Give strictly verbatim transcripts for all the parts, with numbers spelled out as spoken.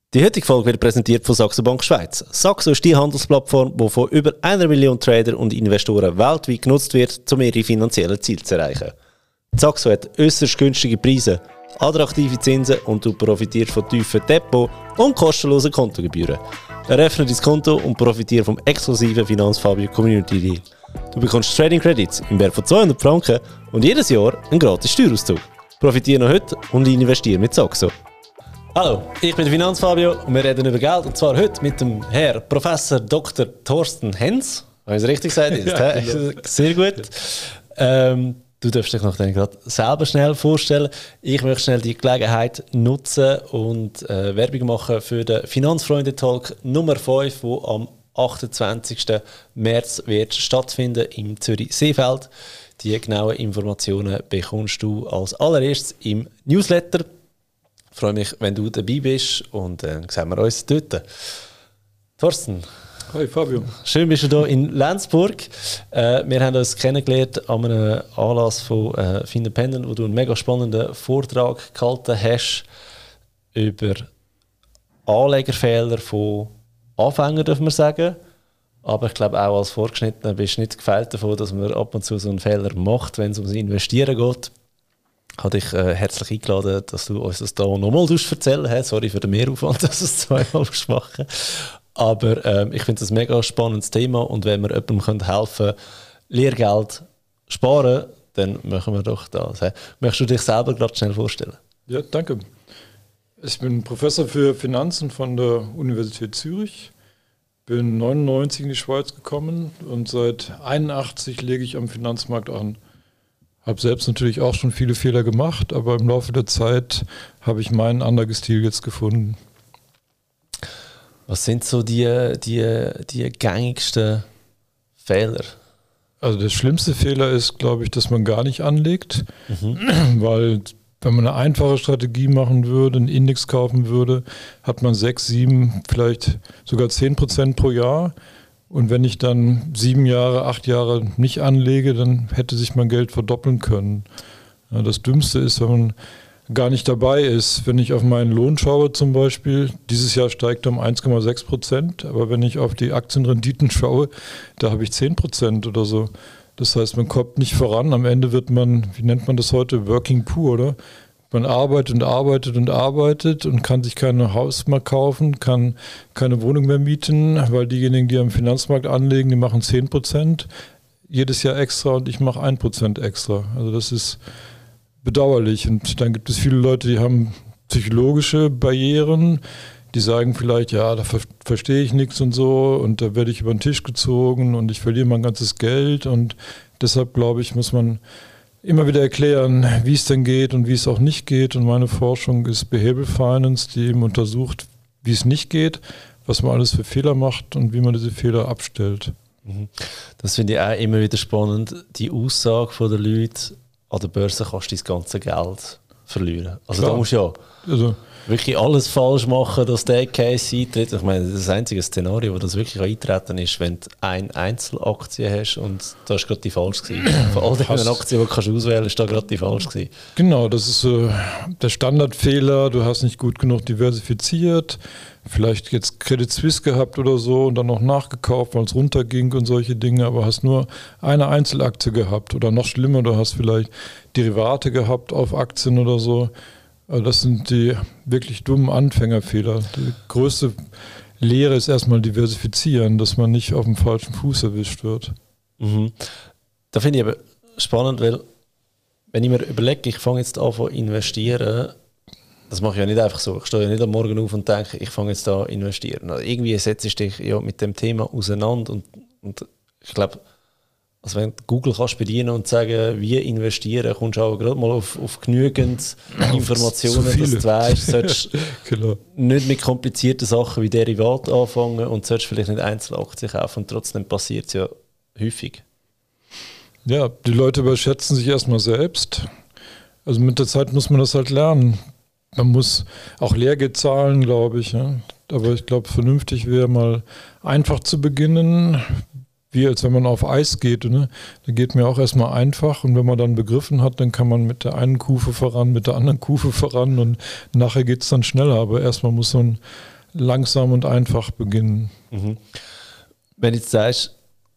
Die heutige Folge wird präsentiert von Saxo Bank Schweiz. Saxo ist die Handelsplattform, die von über einer Million Trader und Investoren weltweit genutzt wird, um ihre finanziellen Ziele zu erreichen. Saxo hat äußerst günstige Preise, attraktive Zinsen und du profitierst von tiefen Depot- und kostenlosen Kontogebühren. Eröffne dein Konto und profitiere vom exklusiven Finanzfabio Community Deal. Du bekommst Trading Credits im Wert von zweihundert Franken und jedes Jahr einen gratis Steuerauszug. Profitiere noch heute und investiere mit Saxo. Hallo, ich bin der Finanzfabio und wir reden über Geld, und zwar heute mit dem Herr Professor Doktor Thorsten Henz. Habe ich es richtig gesagt? Ja, genau. Sehr gut. Ähm, du darfst dich noch gerade selber schnell vorstellen. Ich möchte schnell die Gelegenheit nutzen und äh, Werbung machen für den Finanzfreunde-Talk Nummer fünf, der am achtundzwanzigsten März wird stattfinden im Zürich-Seefeld. Die genauen Informationen bekommst du als allererstes im Newsletter. Ich freue mich, wenn du dabei bist, und dann äh, sehen wir uns dort. Thorsten. Hi Fabio. Schön bist du hier in Lenzburg. Äh, wir haben uns kennengelernt an einem Anlass von äh, Findependent, wo du einen mega spannenden Vortrag gehalten hast über Anlegerfehler von Anfängern, dürfen wir sagen. Aber ich glaube, auch als Vorgeschnittener bist du nicht gefeit davon, dass man ab und zu so einen Fehler macht, wenn es ums Investieren geht. Ich habe dich äh, herzlich eingeladen, dass du uns das hier nochmal erzählen hast. Sorry für den Mehraufwand, dass du es zweimal machen. Aber ähm, ich finde das ein mega spannendes Thema, und wenn wir jemandem helfen können, Lehrgeld sparen, dann machen wir doch das. He? Möchtest du dich selber gerade schnell vorstellen? Ja, danke. Ich bin Professor für Finanzen von der Universität Zürich. Bin neunundneunzig in die Schweiz gekommen und seit einundachtzig lege ich am Finanzmarkt an. Habe selbst natürlich auch schon viele Fehler gemacht, aber im Laufe der Zeit habe ich meinen Anlagestil jetzt gefunden. Was sind so die, die, die gängigsten Fehler? Also der schlimmste Fehler ist, glaube ich, dass man gar nicht anlegt, mhm. weil wenn man eine einfache Strategie machen würde, einen Index kaufen würde, hat man sechs, sieben, vielleicht sogar zehn Prozent pro Jahr. Und wenn ich dann sieben Jahre, acht Jahre nicht anlege, dann hätte sich mein Geld verdoppeln können. Ja, das Dümmste ist, wenn man gar nicht dabei ist. Wenn ich auf meinen Lohn schaue zum Beispiel, dieses Jahr steigt er um eins Komma sechs Prozent, aber wenn ich auf die Aktienrenditen schaue, da habe ich zehn Prozent oder so. Das heißt, man kommt nicht voran. Am Ende wird man, wie nennt man das heute, Working Poor, oder? Man arbeitet und arbeitet und arbeitet und kann sich kein Haus mehr kaufen, kann keine Wohnung mehr mieten, weil diejenigen, die am Finanzmarkt anlegen, die machen zehn Prozent jedes Jahr extra und ich mache ein Prozent extra. Also das ist bedauerlich. Und dann gibt es viele Leute, die haben psychologische Barrieren, die sagen vielleicht, ja, da ver- verstehe ich nichts und so, und da werde ich über den Tisch gezogen und ich verliere mein ganzes Geld, und deshalb, glaube ich, muss man immer wieder erklären, wie es denn geht und wie es auch nicht geht. Und meine Forschung ist Behavioral Finance, die eben untersucht, wie es nicht geht, was man alles für Fehler macht und wie man diese Fehler abstellt. Das finde ich auch immer wieder spannend, die Aussage von den Leuten, an der Börse kannst du dein ganze Geld verlieren. Also Klar. Da musst du ja also, wirklich alles falsch machen, dass der Case eintritt. Ich meine, das einzige Szenario, wo das wirklich eintreten ist, wenn du eine Einzelaktie hast und da ist gerade die falsch gewesen. Von all den Aktien, die du kannst auswählen kannst, ist da gerade die falsch gewesen. Genau, das ist äh, der Standardfehler. Du hast nicht gut genug diversifiziert. Vielleicht jetzt Credit Suisse gehabt oder so und dann noch nachgekauft, weil es runterging und solche Dinge, aber hast nur eine Einzelaktie gehabt, oder noch schlimmer, du hast vielleicht Derivate gehabt auf Aktien oder so. Also das sind die wirklich dummen Anfängerfehler. Die größte Lehre ist erstmal diversifizieren, dass man nicht auf dem falschen Fuß erwischt wird. Mhm. Da finde ich aber spannend, weil wenn ich mir überlege, ich fange jetzt an zu investieren, das mache ich ja nicht einfach so. Ich stehe ja nicht am Morgen auf und denke, ich fange jetzt da an investieren. Also irgendwie setzt du dich ja mit dem Thema auseinander, und, und ich glaube, also wenn du Google kannst bedienen und sagen, wie investieren, kommst du auch gerade mal auf, auf genügend Informationen, dass du weißt, du solltest genau. nicht mit komplizierten Sachen wie Derivate anfangen und solltest vielleicht nicht Einzelaktien kaufen, und trotzdem passiert es ja häufig. Ja, die Leute überschätzen sich erstmal selbst. Also mit der Zeit muss man das halt lernen. Man muss auch Lehrgeld zahlen, glaube ich. Ja. Aber ich glaube, vernünftig wäre mal einfach zu beginnen, wie als wenn man auf Eis geht. Ne? Da geht mir auch erstmal einfach, und wenn man dann begriffen hat, dann kann man mit der einen Kufe voran, mit der anderen Kufe voran, und nachher geht es dann schneller. Aber erstmal muss man langsam und einfach beginnen. Mhm. Wenn du jetzt sagst,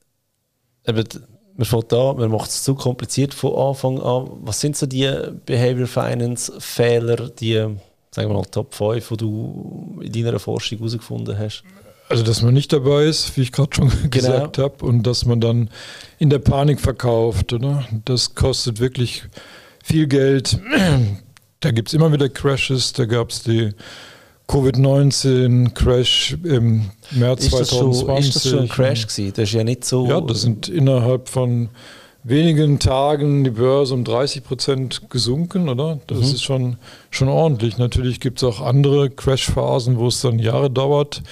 eben, man fängt an, man macht es zu kompliziert von Anfang an. Was sind so die Behavioral Finance Fehler, die, sagen wir mal, Top fünf, die du in deiner Forschung herausgefunden hast? Also, dass man nicht dabei ist, wie ich gerade schon genau. gesagt habe, und dass man dann in der Panik verkauft, oder? Das kostet wirklich viel Geld. Da gibt es immer wieder Crashes, da gab es die Covid neunzehn Crash im März ist das zwanzig zwanzig. Schon, ist das schon ein Crash gewesen? Das ist ja nicht so... Ja, das sind innerhalb von wenigen Tagen die Börse um dreißig Prozent gesunken, oder? Das mhm. ist schon, schon ordentlich. Natürlich gibt es auch andere Crash-Phasen, wo es dann Jahre dauert.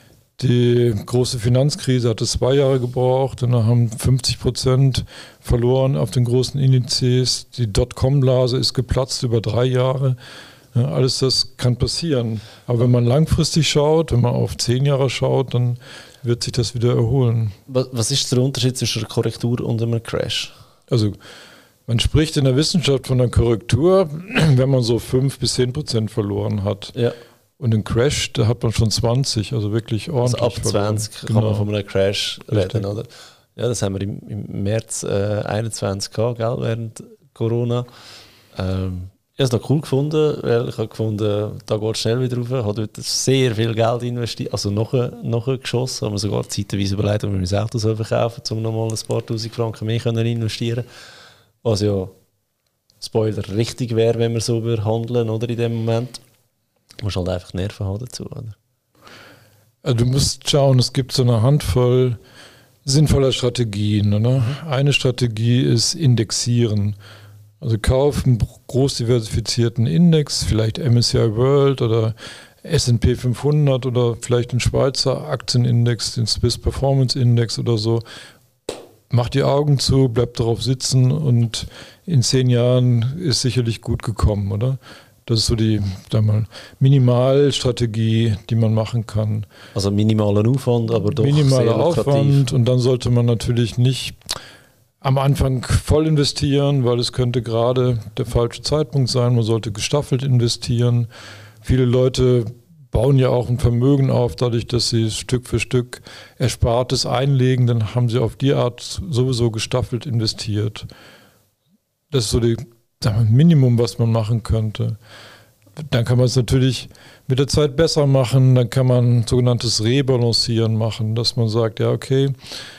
Die große Finanzkrise hatte zwei Jahre gebraucht und dann haben fünfzig Prozent verloren auf den großen Indizes. Die Dotcom-Blase ist geplatzt über drei Jahre. Ja, alles das kann passieren. Aber wenn man langfristig schaut, wenn man auf zehn Jahre schaut, dann wird sich das wieder erholen. Was ist der Unterschied zwischen einer Korrektur und einem Crash? Also man spricht in der Wissenschaft von einer Korrektur, wenn man so fünf bis zehn Prozent verloren hat. Ja. Und im Crash, da hat man schon zwanzig, also wirklich ordentlich. Also ab zwanzig verloren. Kann genau. man von einem Crash reden, oder? Ja, das haben wir im, im März äh, einundzwanzig gehabt, gell, während Corona. Ähm, ich habe es noch cool gefunden, weil ich habe gefunden, da geht es schnell wieder rauf. Ich habe dort sehr viel Geld investiert, also noch, noch geschossen. Haben wir sogar zeitweise überlegt, ob wir mein Auto so verkaufen, um nochmal ein paar tausend Franken mehr können investieren. Was ja, Spoiler, richtig wäre, wenn wir so handeln, oder, in dem Moment. Du musst halt einfach Nerven haben dazu, oder? Also du musst schauen, es gibt so eine Handvoll sinnvoller Strategien, oder? Eine Strategie ist Indexieren. Also kauf einen groß diversifizierten Index, vielleicht M S C I World oder S und P fünfhundert oder vielleicht den Schweizer Aktienindex, den Swiss Performance Index oder so. Mach die Augen zu, bleib darauf sitzen und in zehn Jahren ist sicherlich gut gekommen, oder? Das ist so die sag mal, Minimalstrategie, die man machen kann. Also minimalen Aufwand, aber doch minimaler Aufwand, und dann sollte man natürlich nicht am Anfang voll investieren, weil es könnte gerade der falsche Zeitpunkt sein. Man sollte gestaffelt investieren. Viele Leute bauen ja auch ein Vermögen auf, dadurch, dass sie Stück für Stück Erspartes einlegen. Dann haben sie auf die Art sowieso gestaffelt investiert. Das ist so die Minimum, was man machen könnte. Dann kann man es natürlich mit der Zeit besser machen. Dann kann man sogenanntes Rebalancieren machen, dass man sagt, ja okay,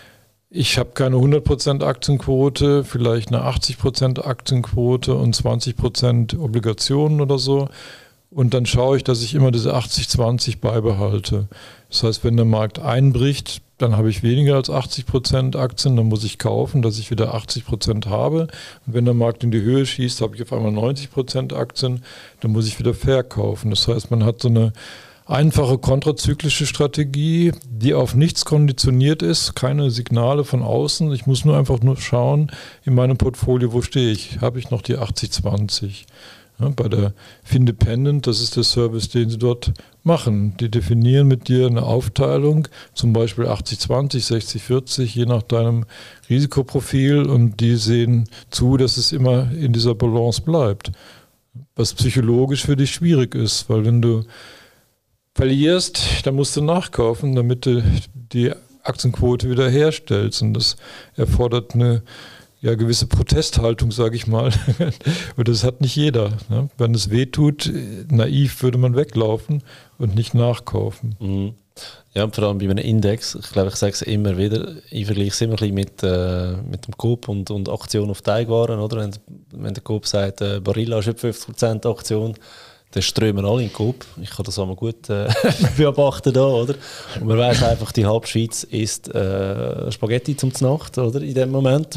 ich habe keine hundert Prozent Aktienquote, vielleicht eine achtzig Prozent Aktienquote und zwanzig Prozent Obligationen oder so. Und dann schaue ich, dass ich immer diese achtzig zwanzig beibehalte. Das heißt, wenn der Markt einbricht, dann habe ich weniger als achtzig Prozent Aktien, dann muss ich kaufen, dass ich wieder achtzig Prozent habe. Und wenn der Markt in die Höhe schießt, habe ich auf einmal neunzig Prozent Aktien, dann muss ich wieder verkaufen. Das heißt, man hat so eine einfache kontrazyklische Strategie, die auf nichts konditioniert ist, keine Signale von außen. Ich muss nur einfach nur schauen in meinem Portfolio, wo stehe ich? Habe ich noch die achtzig zwanzig? Ja, bei der Findependent, das ist der Service, den sie dort machen. Die definieren mit dir eine Aufteilung, zum Beispiel achtzig zwanzig, sechzig vierzig, je nach deinem Risikoprofil, und die sehen zu, dass es immer in dieser Balance bleibt. Was psychologisch für dich schwierig ist, weil wenn du verlierst, dann musst du nachkaufen, damit du die Aktienquote wieder herstellst, und das erfordert eine ja, gewisse Protesthaltung, sage ich mal. Und das hat nicht jeder. Ne? Wenn es weh tut, naiv würde man weglaufen und nicht nachkaufen. Mhm. Ja, und vor allem bei einem Index, ich glaube, ich sage es immer wieder, ich vergleiche es immer ein bisschen mit, äh, mit dem Coop und, und Aktion auf Teigwaren. Oder? Wenn, wenn der Coop sagt, äh, Barilla ist fünfzig Prozent Aktion, dann strömen alle in den Coop. Ich kann das einmal gut äh, beobachten da, oder? Und man weiss einfach, die halbe Schweiz isst äh, Spaghetti zum Znacht, oder? In dem Moment.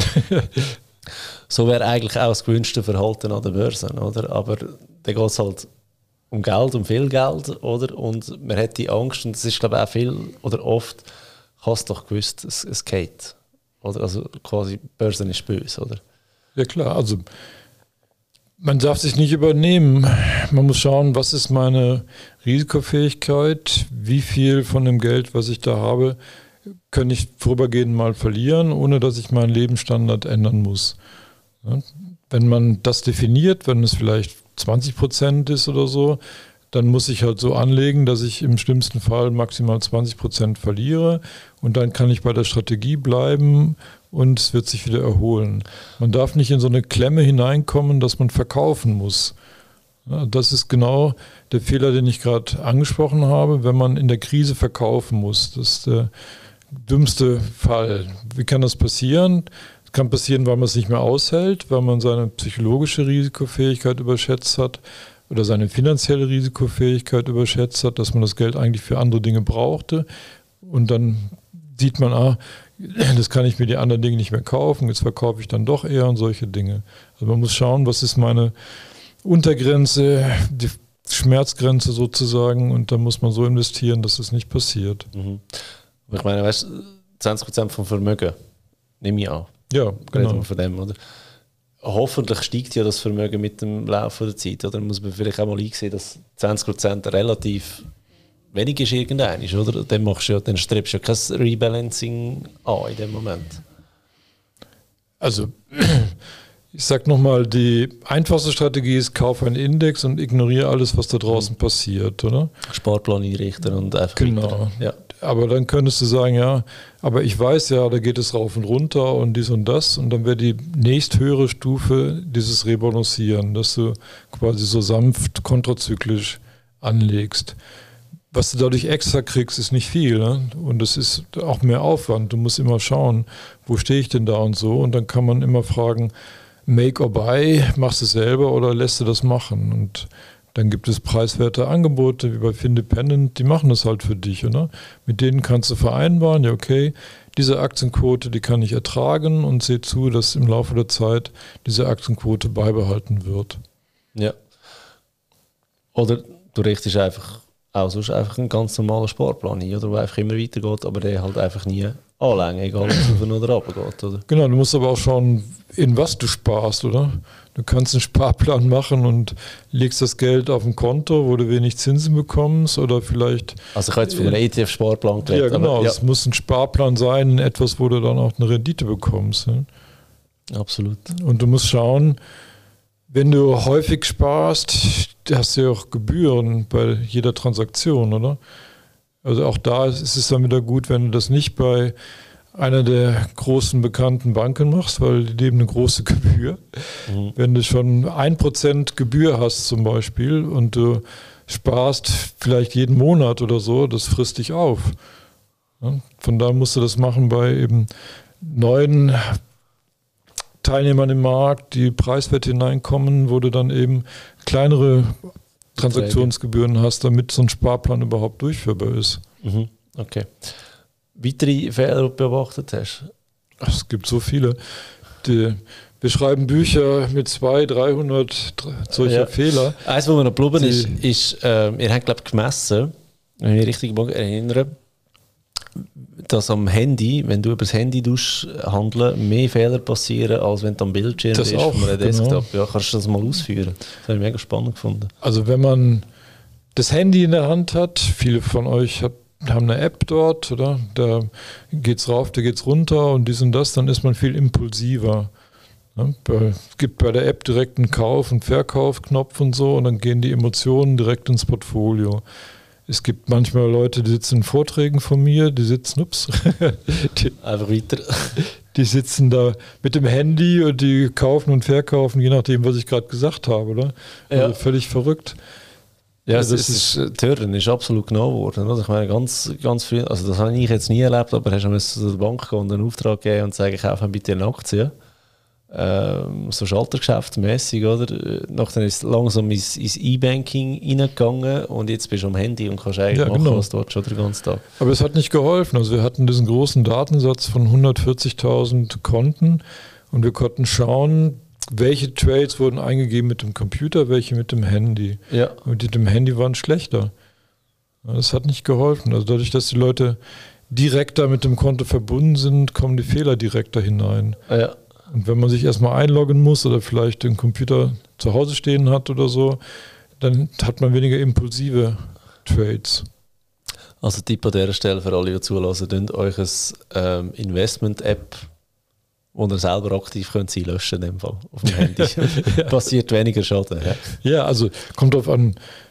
So wäre eigentlich auch das gewünschte Verhalten an der Börse, oder? Aber dann geht es halt um Geld, um viel Geld, oder? Und man hat die Angst, und das ist, glaube ich, auch viel oder oft, hast du doch gewusst, es, es geht. Oder? Also quasi, die Börse ist böse, oder? Ja klar, also man darf sich nicht übernehmen. Man muss schauen, was ist meine Risikofähigkeit, wie viel von dem Geld, was ich da habe, kann ich vorübergehend mal verlieren, ohne dass ich meinen Lebensstandard ändern muss. Ja, wenn man das definiert, wenn es vielleicht zwanzig Prozent ist oder so, dann muss ich halt so anlegen, dass ich im schlimmsten Fall maximal zwanzig Prozent verliere und dann kann ich bei der Strategie bleiben und es wird sich wieder erholen. Man darf nicht in so eine Klemme hineinkommen, dass man verkaufen muss. Ja, das ist genau der Fehler, den ich gerade angesprochen habe, wenn man in der Krise verkaufen muss. Das ist der dümmste Fall. Wie kann das passieren? Das kann passieren, weil man es nicht mehr aushält, weil man seine psychologische Risikofähigkeit überschätzt hat oder seine finanzielle Risikofähigkeit überschätzt hat, dass man das Geld eigentlich für andere Dinge brauchte. Und dann sieht man, ah, das kann ich mir die anderen Dinge nicht mehr kaufen, jetzt verkaufe ich dann doch eher und solche Dinge. Also man muss schauen, was ist meine Untergrenze, die Schmerzgrenze sozusagen, und da muss man so investieren, dass es nicht passiert. Mhm. Ich meine, weißt du, zwanzig Prozent vom Vermögen, nehme ich an. Ja, genau. Von dem, oder? Hoffentlich steigt ja das Vermögen mit dem Laufe der Zeit, oder? Muss man vielleicht auch mal einsehen, dass zwanzig Prozent relativ wenig ist irgendein, oder? Dann, machst du ja, dann strebst du ja kein Rebalancing an in dem Moment. Also, ich sag nochmal, die einfachste Strategie ist, kauf einen Index und ignoriere alles, was da draußen mhm. passiert, oder? Sparplan einrichten und einfach genau. Ja. Aber dann könntest du sagen, ja, aber ich weiß ja, da geht es rauf und runter und dies und das, und dann wäre die nächsthöhere Stufe dieses Rebalancieren, dass du quasi so sanft kontrazyklisch anlegst. Was du dadurch extra kriegst, ist nicht viel, ne? Und es ist auch mehr Aufwand. Du musst immer schauen, wo stehe ich denn da und so, und dann kann man immer fragen, make or buy, machst du es selber oder lässt du das machen? Und dann gibt es preiswerte Angebote wie bei Findependent, die machen das halt für dich, oder? Mit denen kannst du vereinbaren, ja okay, diese Aktienquote, die kann ich ertragen, und sehe zu, dass im Laufe der Zeit diese Aktienquote beibehalten wird. Ja. Oder du richtest einfach auch sonst einfach einen ganz normalen Sparplan ein, oder, der einfach immer weitergeht, aber der halt einfach nie anlängen, egal ob es auf oder runter geht, oder? Genau, du musst aber auch schauen, in was du sparst, oder? Du kannst einen Sparplan machen und legst das Geld auf ein Konto, wo du wenig Zinsen bekommst, oder vielleicht... Also ich habe jetzt von einem E T F-Sparplan geredet. Ja, genau, aber, ja. Es muss ein Sparplan sein, etwas, wo du dann auch eine Rendite bekommst. Ja? Absolut. Und du musst schauen, wenn du häufig sparst, hast du ja auch Gebühren bei jeder Transaktion, oder? Also auch da ist es dann wieder gut, wenn du das nicht bei einer der großen bekannten Banken machst, weil die nehmen eine große Gebühr. Mhm. Wenn du schon ein Prozent Gebühr hast zum Beispiel und du sparst vielleicht jeden Monat oder so, das frisst dich auf. Ja? Von daher musst du das machen bei eben neuen Teilnehmern im Markt, die preiswert hineinkommen, wo du dann eben kleinere Transaktionsgebühren hast, damit so ein Sparplan überhaupt durchführbar ist. Mhm. Okay. Weitere Fehler, die du beobachtet hast? Es gibt so viele. Die, wir schreiben Bücher mit zweihundert, dreihundert solcher ja. Fehler. Eins, was mir noch geblieben ist, ist äh, ihr habt, glaube ich, gemessen, wenn ich mich richtig erinnere, dass am Handy, wenn du über das Handy handeln, mehr Fehler passieren, als wenn du am Bildschirm das bist auch, von einem Desktop. Genau. Ja, kannst du das mal ausführen? Das habe ich mega spannend gefunden. Also wenn man das Handy in der Hand hat, viele von euch hat, haben eine App dort, oder? Da geht's rauf, da geht's runter und dies und das, dann ist man viel impulsiver. Ja, bei, es gibt bei der App direkt einen Kauf- und Verkaufknopf und so, und dann gehen die Emotionen direkt ins Portfolio. Es gibt manchmal Leute, die sitzen in Vorträgen von mir, die sitzen, ups, die, einfach weiter. Die sitzen da mit dem Handy und die kaufen und verkaufen, je nachdem, was ich gerade gesagt habe, oder? Ja. Also völlig verrückt. Ja, also das ist, ist, die Hürde ist absolut genommen worden. Also ich meine, ganz, ganz früh, also das habe ich jetzt nie erlebt, aber hast du zu der Bank gehen und einen Auftrag geben und sagen, kauf bitte eine Aktie. Ähm, so schaltergeschäftsmäßig, oder? Nachdem ist es langsam ins, ins E-Banking reingegangen und jetzt bist du am Handy und kannst eigentlich ja, machen, genau. was du dort schon den ganzen Tag. Aber es hat nicht geholfen. Also wir hatten diesen großen Datensatz von hundertvierzigtausend Konten und wir konnten schauen, welche Trades wurden eingegeben mit dem Computer, welche mit dem Handy. Ja. Und die mit dem Handy waren schlechter. Das hat nicht geholfen. Also dadurch, dass die Leute direkter mit dem Konto verbunden sind, kommen die Fehler direkter hinein. Ja. Und wenn man sich erstmal einloggen muss oder vielleicht den Computer zu Hause stehen hat oder so, dann hat man weniger impulsive Trades. Also Tipp an dieser Stelle für alle, die zulassen, könnt euch ein ähm, Investment-App, wo ihr selber aktiv könnt sein, löschen in dem Fall auf dem Handy. Ja. Passiert weniger Schaden. Ja. ja, also kommt darauf an,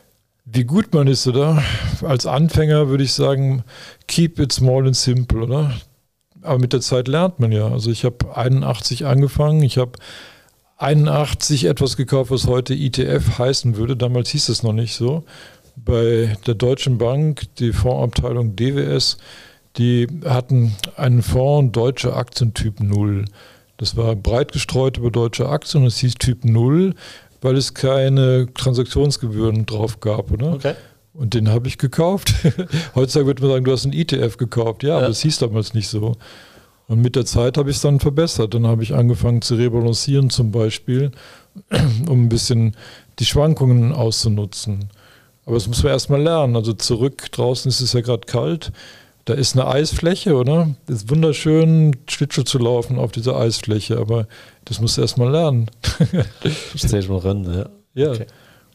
wie gut man ist, oder? Als Anfänger würde ich sagen, keep it small and simple, oder? Aber mit der Zeit lernt man ja. Also ich habe einundachtzig angefangen, ich habe einundachtzig etwas gekauft, was heute I T F heißen würde. Damals hieß es noch nicht so. Bei der Deutschen Bank, die Fondsabteilung D W S, die hatten einen Fonds Deutsche Aktien Typ null. Das war breit gestreut über deutsche Aktien und es hieß Typ null, weil es keine Transaktionsgebühren drauf gab, oder? Okay. Und den habe ich gekauft. Heutzutage würde man sagen, du hast einen I T F gekauft. Ja, ja. Aber das hieß damals nicht so. Und mit der Zeit habe ich es dann verbessert. Dann habe ich angefangen zu rebalancieren zum Beispiel, um ein bisschen die Schwankungen auszunutzen. Aber das muss man erstmal lernen. Also zurück, draußen ist es ja gerade kalt. Da ist eine Eisfläche, oder? Es ist wunderschön, Schlittschuh zu laufen auf dieser Eisfläche, aber das musst du erstmal lernen. Das musst du erst mal können, ja. Ja. Okay.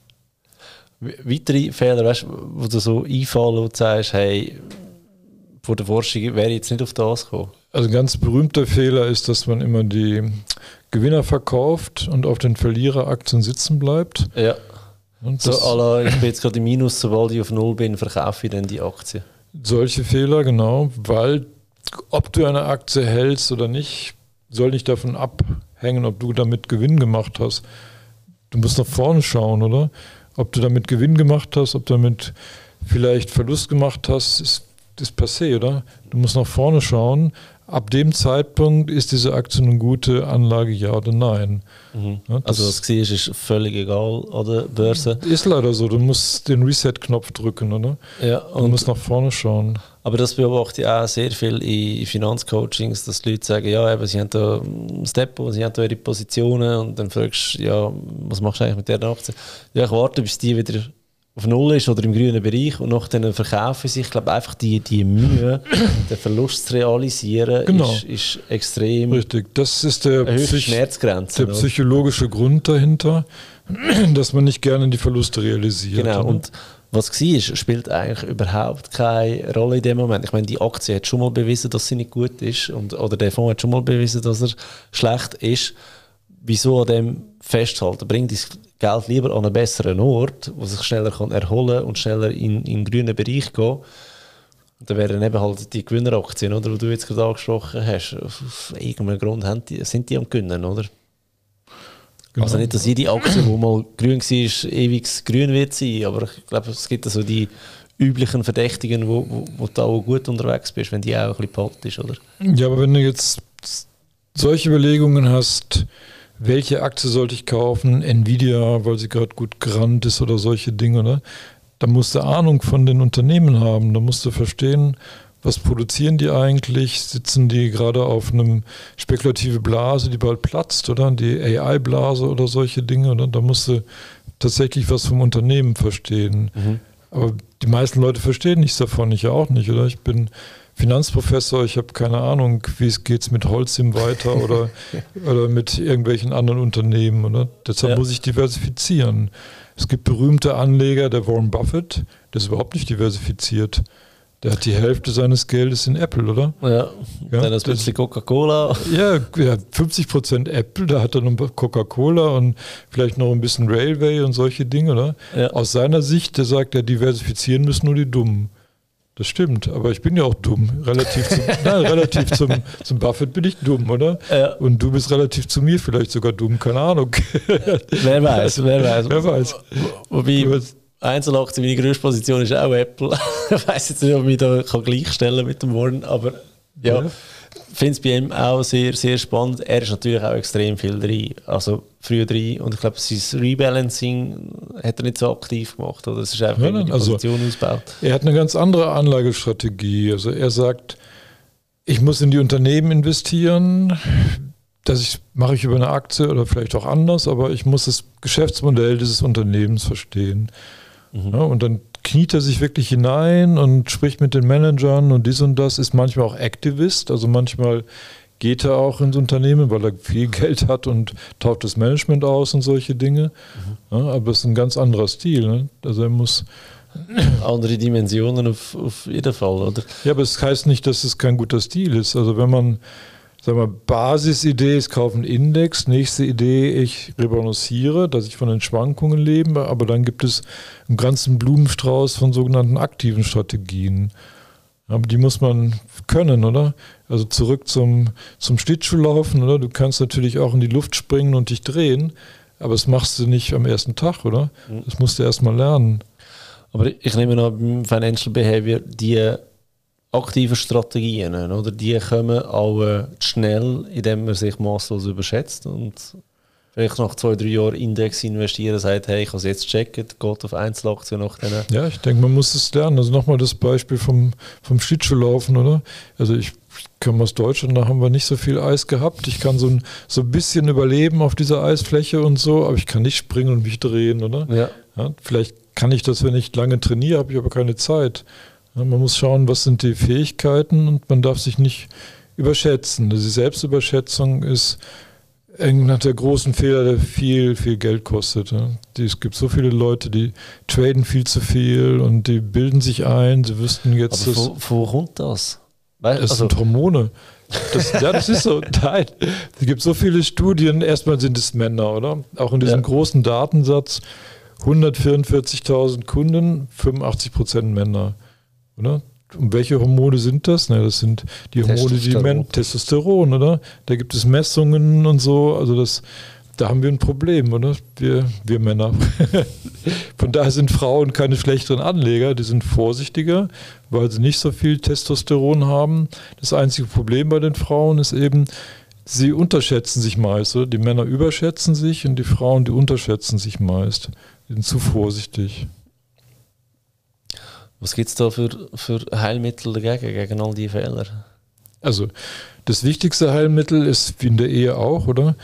Weitere Fehler, weißt, wo du so einfallen und sagst, hey, vor der Forschung wäre ich jetzt nicht auf das gekommen. Also ein ganz berühmter Fehler ist, dass man immer die Gewinner verkauft und auf den Verliereraktien sitzen bleibt. Ja. Und so, ala, ich bin jetzt gerade im Minus, sobald ich auf Null bin, verkaufe ich dann die Aktie. Solche Fehler, genau, weil ob du eine Aktie hältst oder nicht, soll nicht davon abhängen, ob du damit Gewinn gemacht hast. Du musst nach vorne schauen, oder? Ob du damit Gewinn gemacht hast, ob du damit vielleicht Verlust gemacht hast, ist, ist passé, oder? Du musst nach vorne schauen. Ab dem Zeitpunkt ist diese Aktie eine gute Anlage, ja oder nein. Mhm. Ja, also was du siehst, ist völlig egal, oder Börse. Ist leider so, du musst den Reset-Knopf drücken, oder? Ja, und du musst nach vorne schauen. Aber das beobachte ich auch sehr viel in Finanzcoachings, dass die Leute sagen, ja, eben, sie haben da ein Step und sie haben da ihre Positionen und dann fragst du, ja, was machst du eigentlich mit dieser Aktie? Ja, ich warte, bis die wieder auf Null ist oder im grünen Bereich und nachher verkaufen sie. Ich glaube einfach die, die Mühe, den Verlust zu realisieren, genau. ist, ist extrem. Richtig, das ist der, Psych Schmerzgrenze, der psychologische Grund dahinter, dass man nicht gerne die Verluste realisiert. Genau, oder? und was war, spielt eigentlich überhaupt keine Rolle in dem Moment. Ich meine, die Aktie hat schon mal bewiesen, dass sie nicht gut ist und, oder der Fonds hat schon mal bewiesen, dass er schlecht ist. Wieso an dem festhalten? Bringt das Geld lieber an einen besseren Ort, wo sich schneller kann erholen und schneller in, in den grünen Bereich gehen. Und dann wären eben halt die Gewinneraktien, oder, die du jetzt gerade angesprochen hast. Auf irgendeinem Grund haben die, sind die am Gewinnen, oder? Genau. Also nicht, dass jede Aktie, die mal grün war, ewig grün wird sein, aber ich glaube, es gibt also die üblichen Verdächtigen, wo, wo, wo du auch gut unterwegs bist, wenn die auch ein bisschen platt ist, oder? Ja, aber wenn du jetzt solche Überlegungen hast, welche Aktie sollte ich kaufen, Nvidia, weil sie gerade gut gerannt ist oder solche Dinge, oder? Da musst du Ahnung von den Unternehmen haben, da musst du verstehen, was produzieren die eigentlich, sitzen die gerade auf einem spekulative Blase, die bald platzt, oder die A I-Blase oder solche Dinge, oder? Da musst du tatsächlich was vom Unternehmen verstehen. Mhm. Aber die meisten Leute verstehen nichts davon, ich ja auch nicht, oder? Ich bin Finanzprofessor, ich habe keine Ahnung, wie es geht mit Holcim weiter oder, oder mit irgendwelchen anderen Unternehmen. Oder? Deshalb ja. muss ich diversifizieren. Es gibt berühmte Anleger, der Warren Buffett, der ist überhaupt nicht diversifiziert. Der hat die Hälfte seines Geldes in Apple, oder? Ja, ja dann das bisschen Coca-Cola. Ja, ja, fünfzig Prozent Apple, da hat er noch Coca-Cola und vielleicht noch ein bisschen Railway und solche Dinge, oder? Ja. Aus seiner Sicht, der sagt, ja, diversifizieren müssen nur die Dummen. Das stimmt, aber ich bin ja auch dumm. Relativ zum, nein, relativ zum, zum Buffett bin ich dumm, oder? Ja. Und du bist relativ zu mir vielleicht sogar dumm, keine Ahnung. Wer weiß, wer weiß. Wer weiß. Wobei Einzelaktien, meine größte Position ist auch Apple. Ich weiss jetzt nicht, ob ich mich da kann gleichstellen mit dem Warren, aber ja, ja. Ich finde es bei ihm auch sehr, sehr spannend. Er ist natürlich auch extrem viel drin, also früher drin. Und ich glaube, sein Rebalancing hat er nicht so aktiv gemacht. Oder? Es ist einfach, ja, die Position also, ausgebaut. Er hat eine ganz andere Anlagestrategie. Also er sagt, ich muss in die Unternehmen investieren. Das ich, mache ich über eine Aktie oder vielleicht auch anders, aber ich muss das Geschäftsmodell dieses Unternehmens verstehen. Mhm. Ja, und dann kniet er sich wirklich hinein und spricht mit den Managern und dies und das, ist manchmal auch Aktivist, also manchmal geht er auch ins Unternehmen, weil er viel Geld hat und tauscht das Management aus und solche Dinge. Mhm. Ja, aber es ist ein ganz anderer Stil. Ne? Also er muss andere Dimensionen auf, auf jeden Fall, oder? Ja, aber es heißt nicht, dass es kein guter Stil ist. Also wenn man sagen wir, Basisidee ist, kaufe einen Index. Nächste Idee, ich rebalanciere, dass ich von den Schwankungen lebe. Aber dann gibt es einen ganzen Blumenstrauß von sogenannten aktiven Strategien. Aber die muss man können, oder? Also zurück zum, zum Schlittschuhlaufen, oder? Du kannst natürlich auch in die Luft springen und dich drehen, aber das machst du nicht am ersten Tag, oder? Das musst du erst mal lernen. Aber ich nehme noch beim Financial Behavior die aktiven Strategien, oder? Die kommen auch äh, schnell, indem man sich maßlos überschätzt und vielleicht nach zwei, drei Jahren Index investieren, sagt, hey, ich kann es jetzt checken, geht auf Einzelaktien nach denen. Ja, ich denke, man muss es lernen. Also nochmal das Beispiel vom, vom Schlittschuhlaufen, oder? Also ich komme aus Deutschland, da haben wir nicht so viel Eis gehabt. Ich kann so ein, so ein bisschen überleben auf dieser Eisfläche und so, aber ich kann nicht springen und mich drehen, oder? Ja. Ja, vielleicht kann ich das, wenn ich lange trainiere, habe ich aber keine Zeit. Ja, man muss schauen, was sind die Fähigkeiten und man darf sich nicht überschätzen. Die Selbstüberschätzung ist einer der großen Fehler, der viel, viel Geld kostet. Ja. Die, es gibt so viele Leute, die traden viel zu viel und die bilden sich ein, sie wüssten jetzt... Aber wo, wo kommt das? Weil, das also sind Hormone. Das, ja, das ist so. Nein. Es gibt so viele Studien. Erstmal sind es Männer, oder? Auch in diesem ja. großen Datensatz. hundertvierundvierzigtausend Kunden, fünfundachtzig Prozent Männer. Oder? Und welche Hormone sind das? Ne, das sind die Hormone, die Männer. Testosteron, oder? Da gibt es Messungen und so. Also das, da haben wir ein Problem, oder? Wir, wir Männer. Von daher sind Frauen keine schlechteren Anleger. Die sind vorsichtiger, weil sie nicht so viel Testosteron haben. Das einzige Problem bei den Frauen ist eben, sie unterschätzen sich meist. Oder? Die Männer überschätzen sich und die Frauen, die unterschätzen sich meist. Die sind zu vorsichtig. Was gibt es da für, für Heilmittel dagegen, gegen all diese Fehler? Also, das wichtigste Heilmittel ist, wie in der Ehe auch, oder?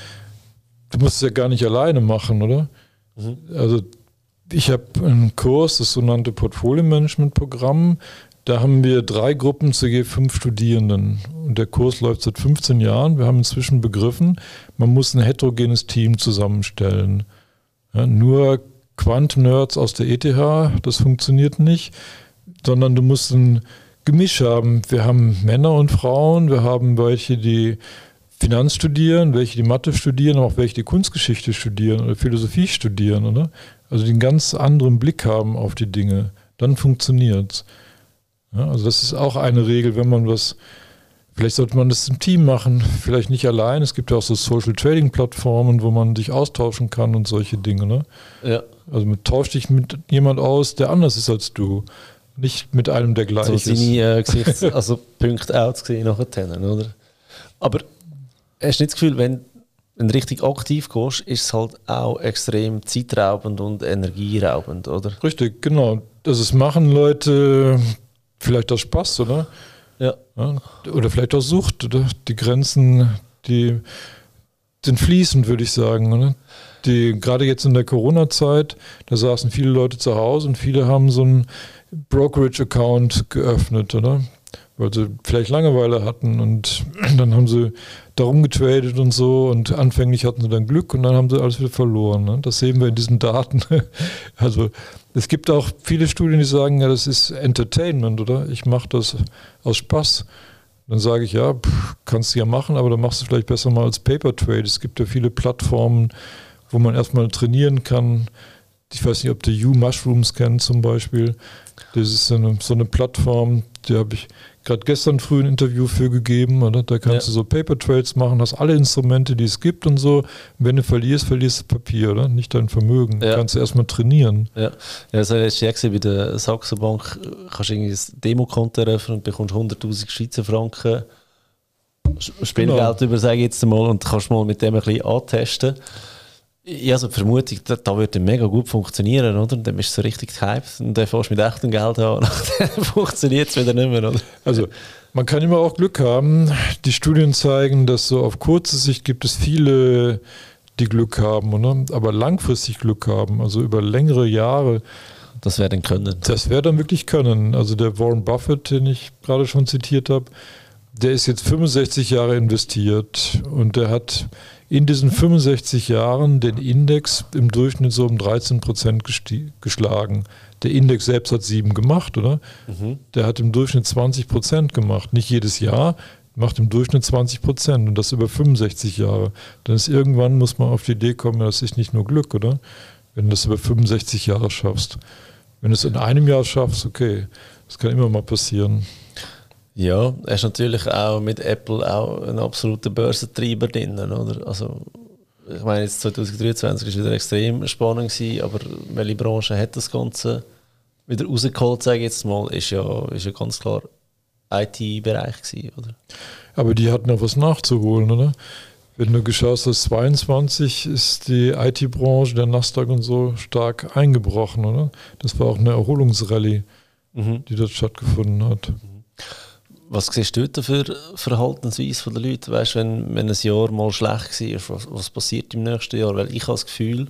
Du musst es ja gar nicht alleine machen, oder? Mhm. Also, ich habe einen Kurs, das sogenannte Portfolio-Management-Programm. Da haben wir drei Gruppen zu je fünf Studierenden. Und der Kurs läuft seit fünfzehn Jahren. Wir haben inzwischen begriffen, man muss ein heterogenes Team zusammenstellen. Ja, nur Quant-Nerds aus der E T H, das funktioniert nicht, sondern du musst ein Gemisch haben. Wir haben Männer und Frauen, wir haben welche, die Finanz studieren, welche die Mathe studieren, aber auch welche die Kunstgeschichte studieren oder Philosophie studieren, oder? Also die einen ganz anderen Blick haben auf die Dinge. Dann funktioniert es. Ja, also das ist auch eine Regel, wenn man was, vielleicht sollte man das im Team machen, vielleicht nicht allein. Es gibt ja auch so Social Trading Plattformen, wo man sich austauschen kann und solche Dinge, ne? Ja. Also man tauscht dich mit jemand aus, der anders ist als du. Nicht mit einem, der gleich so ist. So seine äh, Gesichts-, also Punkte out gesehen nachher, oder? Aber hast du nicht das Gefühl, wenn wenn du richtig aktiv gehst, ist es halt auch extrem zeitraubend und energieraubend, oder? Richtig, genau. Das ist machen Leute vielleicht aus Spaß, oder? Ja. Ja. Oder vielleicht aus Sucht, oder? Die Grenzen, die sind fließend, würde ich sagen, oder? Die, gerade jetzt in der Corona-Zeit, da saßen viele Leute zu Hause und viele haben so einen Brokerage-Account geöffnet, oder? Weil sie vielleicht Langeweile hatten und dann haben sie darum getradet und so und anfänglich hatten sie dann Glück und dann haben sie alles wieder verloren. Ne? Das sehen wir in diesen Daten. Also es gibt auch viele Studien, die sagen, ja, das ist Entertainment, oder? Ich mache das aus Spaß. Dann sage ich, ja, pff, kannst du ja machen, aber dann machst du vielleicht besser mal als Paper Trade. Es gibt ja viele Plattformen, wo man erstmal trainieren kann. Ich weiß nicht, ob du U-Mushrooms kennt zum Beispiel. Das ist so eine, so eine Plattform, die habe ich gerade gestern früh ein Interview für gegeben. Oder? Da kannst ja. du so Paper Trades machen, hast alle Instrumente, die es gibt und so. Und wenn du verlierst, verlierst du Papier, oder? Nicht dein Vermögen. Ja. Kannst du erstmal trainieren. Ja, ja, das habe ich jetzt bei der Saxo Bank. Kannst du irgendwie ein Demokonto eröffnen und bekommst hunderttausend Schweizer Franken Spielgeld genau. über, sage ich jetzt mal, und kannst mal mit dem ein bisschen antesten. Ja, also die Vermutung, da, da würde mega gut funktionieren, oder? Dann bist du so richtig gehypt und dann fährst du mit echtem Geld an und dann funktioniert es wieder nicht mehr, oder? Also, man kann immer auch Glück haben. Die Studien zeigen, dass so auf kurze Sicht gibt es viele, die Glück haben, oder? Aber langfristig Glück haben, also über längere Jahre. Das wäre dann können. Das wäre dann wirklich können. Also der Warren Buffett, den ich gerade schon zitiert habe, der ist jetzt fünfundsechzig Jahre investiert und der hat in diesen fünfundsechzig Jahren den Index im Durchschnitt so um dreizehn Prozent geschlagen. Der Index selbst hat sieben gemacht, oder? Mhm. Der hat im Durchschnitt zwanzig Prozent gemacht. Nicht jedes Jahr. macht im Durchschnitt zwanzig Prozent und das über fünfundsechzig Jahre. Dann ist irgendwann, muss man auf die Idee kommen, das ist nicht nur Glück, oder? Wenn du das über fünfundsechzig Jahre schaffst. Wenn du es in einem Jahr schaffst, okay, das kann immer mal passieren. Ja, er ist natürlich auch mit Apple auch ein absoluter Börsentreiber drin, oder? Also, ich meine, jetzt zwanzig dreiundzwanzig war wieder extrem spannend gewesen, aber welche Branche hat das Ganze wieder rausgeholt, sage ich jetzt mal, ist ja, ist ja ganz klar I T-Bereich gewesen, oder? Aber die hatten noch was nachzuholen, oder? Wenn du geschaut hast, zweiundzwanzig ist die I T-Branche, der Nasdaq und so stark eingebrochen, oder? Das war auch eine Erholungsrallye, mhm. die dort stattgefunden hat. Was siehst du da für Verhaltensweise der Leute? Weißt du, wenn, wenn ein Jahr mal schlecht war, was, was passiert im nächsten Jahr? Weil ich habe das Gefühl,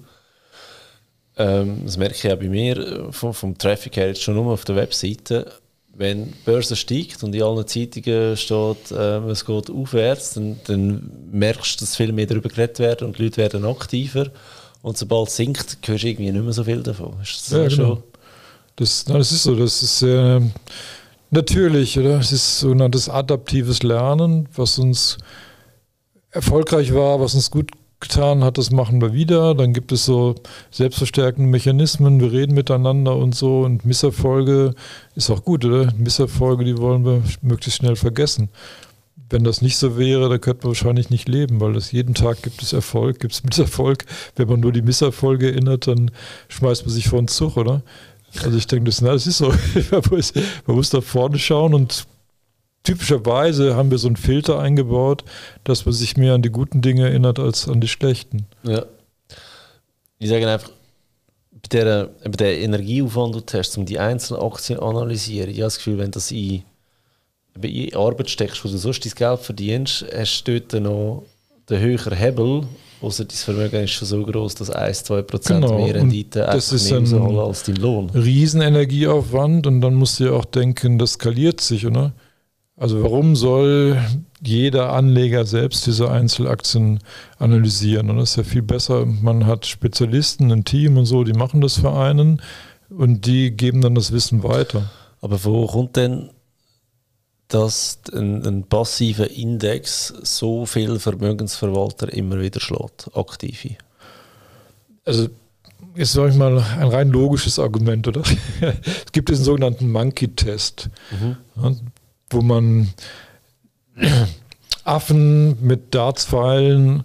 ähm, das merke ich auch bei mir, vom, vom Traffic her jetzt schon nur auf der Webseite, wenn die Börse steigt und in allen Zeitungen steht, äh, es geht aufwärts, dann, dann merkst du, dass viel mehr darüber geredet wird und die Leute werden aktiver. Und sobald es sinkt, hörst du irgendwie nicht mehr so viel davon. Ist das ja, schon? Genau. Das, na, das ist so, das ist äh, natürlich, oder? Es ist sogenanntes adaptives Lernen, was uns erfolgreich war, was uns gut getan hat, das machen wir wieder. Dann gibt es so selbstverstärkende Mechanismen, wir reden miteinander und so und Misserfolge ist auch gut, oder? Misserfolge, die wollen wir möglichst schnell vergessen. Wenn das nicht so wäre, dann könnten wir wahrscheinlich nicht leben, weil das jeden Tag gibt es Erfolg, gibt es Misserfolg. Wenn man nur die Misserfolge erinnert, dann schmeißt man sich vor den Zug, oder? Also ich denke, das, na, das ist so. Man muss, man muss da vorne schauen und typischerweise haben wir so einen Filter eingebaut, dass man sich mehr an die guten Dinge erinnert als an die schlechten. Ja. Ich sage einfach, bei der, bei der Energieaufwand, den du hast, um die einzelnen Aktien zu analysieren, ich habe das Gefühl, wenn du das in, in Arbeit steckst, wo du sonst dein Geld verdienst, hast du dort noch den höheren Hebel, außer dein Vermögen ist schon so groß, dass eins bis zwei Prozent genau. mehr Rendite das ist ein als dein Lohn. Riesenenergieaufwand und dann musst du ja auch denken, das skaliert sich, oder? Also warum soll jeder Anleger selbst diese Einzelaktien analysieren? Und das ist ja viel besser. Man hat Spezialisten, ein Team und so, die machen das für einen und die geben dann das Wissen weiter. Aber wo kommt denn, dass ein, ein passiver Index so viel Vermögensverwalter immer wieder schlägt, aktive? Also jetzt sage ich mal ein rein logisches Argument, oder? Es gibt diesen sogenannten Monkey-Test. Mhm. Ja, wo man Affen mit Dartspfeilen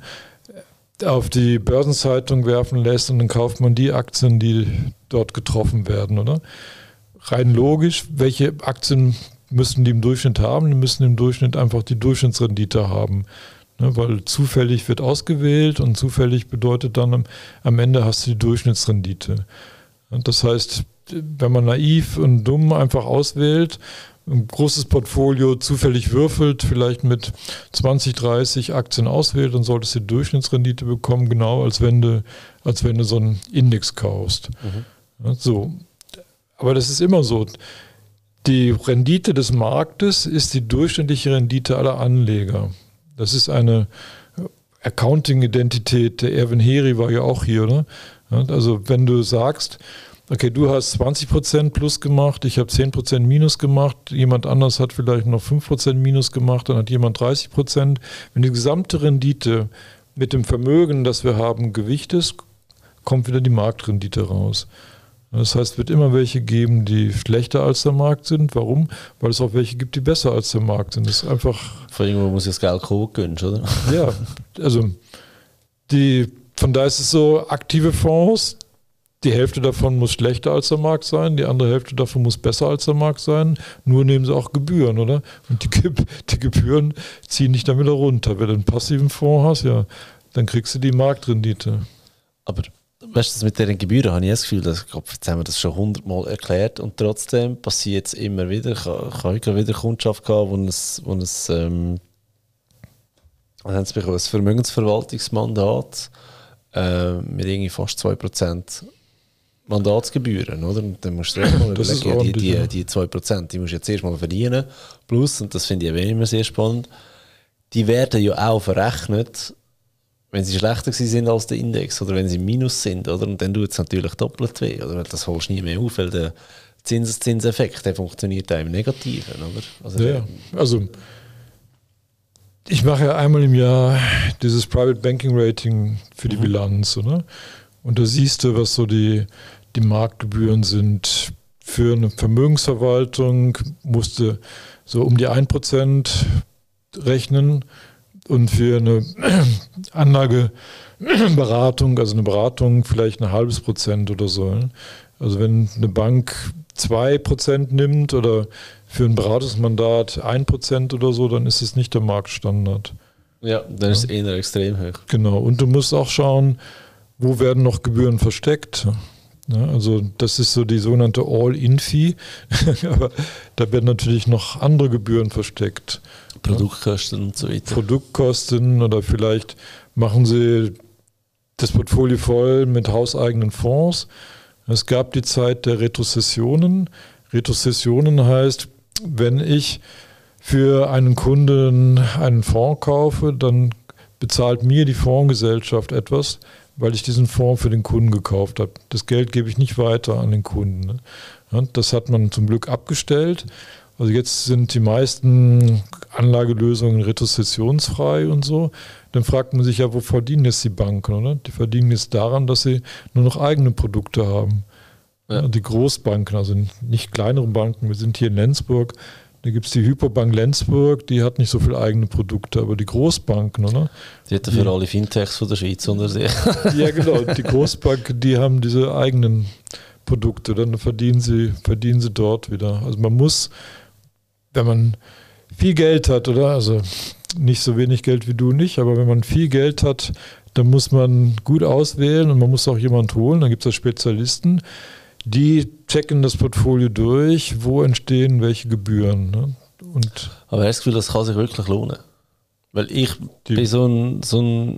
auf die Börsenzeitung werfen lässt und dann kauft man die Aktien, die dort getroffen werden, oder? Rein logisch, welche Aktien müssen die im Durchschnitt haben? Die müssen im Durchschnitt einfach die Durchschnittsrendite haben, ne? Weil zufällig wird ausgewählt und zufällig bedeutet dann am, am Ende hast du die Durchschnittsrendite. Das heißt, wenn man naiv und dumm einfach auswählt, ein großes Portfolio zufällig würfelt, vielleicht mit zwanzig, dreißig Aktien auswählt, dann solltest du die Durchschnittsrendite bekommen, genau als wenn du, als wenn du so einen Index kaufst. Mhm. Ja, so. Aber das ist immer so. Die Rendite des Marktes ist die durchschnittliche Rendite aller Anleger. Das ist eine Accounting-Identität. Der Erwin Heri war ja auch hier, oder? Ja, also wenn du sagst, okay, du hast zwanzig Prozent plus gemacht, ich habe zehn Prozent minus gemacht, jemand anders hat vielleicht noch fünf Prozent minus gemacht, dann hat jemand dreißig Prozent. Wenn die gesamte Rendite mit dem Vermögen, das wir haben, Gewicht ist, kommt wieder die Marktrendite raus. Das heißt, es wird immer welche geben, die schlechter als der Markt sind. Warum? Weil es auch welche gibt, die besser als der Markt sind. Das ist einfach. Vor allem muss das Geld kommen, oder? Ja, also die, von daher ist es so, aktive Fonds, die Hälfte davon muss schlechter als der Markt sein, die andere Hälfte davon muss besser als der Markt sein. Nur nehmen sie auch Gebühren, oder? Und die, die Gebühren ziehen dich dann wieder runter. Wenn du einen passiven Fonds hast, ja, dann kriegst du die Marktrendite. Aber weißt du, mit den Gebühren habe ich das Gefühl, dass, ich glaube, jetzt haben wir das schon hundertmal erklärt und trotzdem passiert es immer wieder. Ich habe gerade wieder Kundschaft gehabt, wo es, wo es ähm, haben sie bekommen, ein Vermögensverwaltungsmandat äh, mit irgendwie fast zwei Prozent Mandatsgebühren, oder? Und dann musst du dir mal überlegen, die, die, die, die zwei Prozent, die musst du jetzt erst mal verdienen. Plus, und das finde ich auch immer sehr spannend, die werden ja auch verrechnet, wenn sie schlechter sind als der Index oder wenn sie im Minus sind, oder? Und dann tut es natürlich doppelt weh, oder? Das holst du nie mehr auf, weil der Zinseszinseffekt, der funktioniert auch im Negativen, oder? Also, ja, also ich mache ja einmal im Jahr dieses Private Banking Rating für die mhm. Bilanz. Oder? Und da siehst du, was so die, die Marktgebühren sind. Für eine Vermögensverwaltung musste so um die ein Prozent rechnen und für eine Anlageberatung, also eine Beratung vielleicht ein halbes Prozent oder so. Also wenn eine Bank zwei Prozent nimmt oder für ein Beratungsmandat ein Prozent oder so, dann ist es nicht der Marktstandard. Ja, dann ist es eher extrem hoch. Genau, und du musst auch schauen, wo werden noch Gebühren versteckt. Ja, also das ist so die sogenannte All-In-Fee, aber da werden natürlich noch andere Gebühren versteckt. Produktkosten ja. und so weiter. Produktkosten oder vielleicht machen sie das Portfolio voll mit hauseigenen Fonds. Es gab die Zeit der Retrozessionen. Retrozessionen heißt, wenn ich für einen Kunden einen Fonds kaufe, dann bezahlt mir die Fondsgesellschaft etwas, weil ich diesen Fonds für den Kunden gekauft habe. Das Geld gebe ich nicht weiter an den Kunden. Das hat man zum Glück abgestellt. Also jetzt sind die meisten Anlagelösungen retrozessionsfrei und so. Dann fragt man sich ja, wo verdienen jetzt die Banken? Oder? Die verdienen jetzt daran, dass sie nur noch eigene Produkte haben. Ja. Die Großbanken, also nicht kleinere Banken. Wir sind hier in Lenzburg. Da gibt es die Hypobank Lenzburg, die hat nicht so viele eigene Produkte, aber die Großbanken, oder? Die hat für alle Fintechs von der Schweiz unter sich. Ja, genau. Die Großbanken, die haben diese eigenen Produkte, dann verdienen sie, verdienen sie dort wieder. Also man muss, wenn man viel Geld hat, oder? Also nicht so wenig Geld wie du nicht, aber wenn man viel Geld hat, dann muss man gut auswählen und man muss auch jemanden holen. Dann gibt es ja Spezialisten, die checken das Portfolio durch, wo entstehen welche Gebühren. Ne? Und aber hast du das Gefühl, das kann sich wirklich lohnen? Weil ich bin so ein, so ein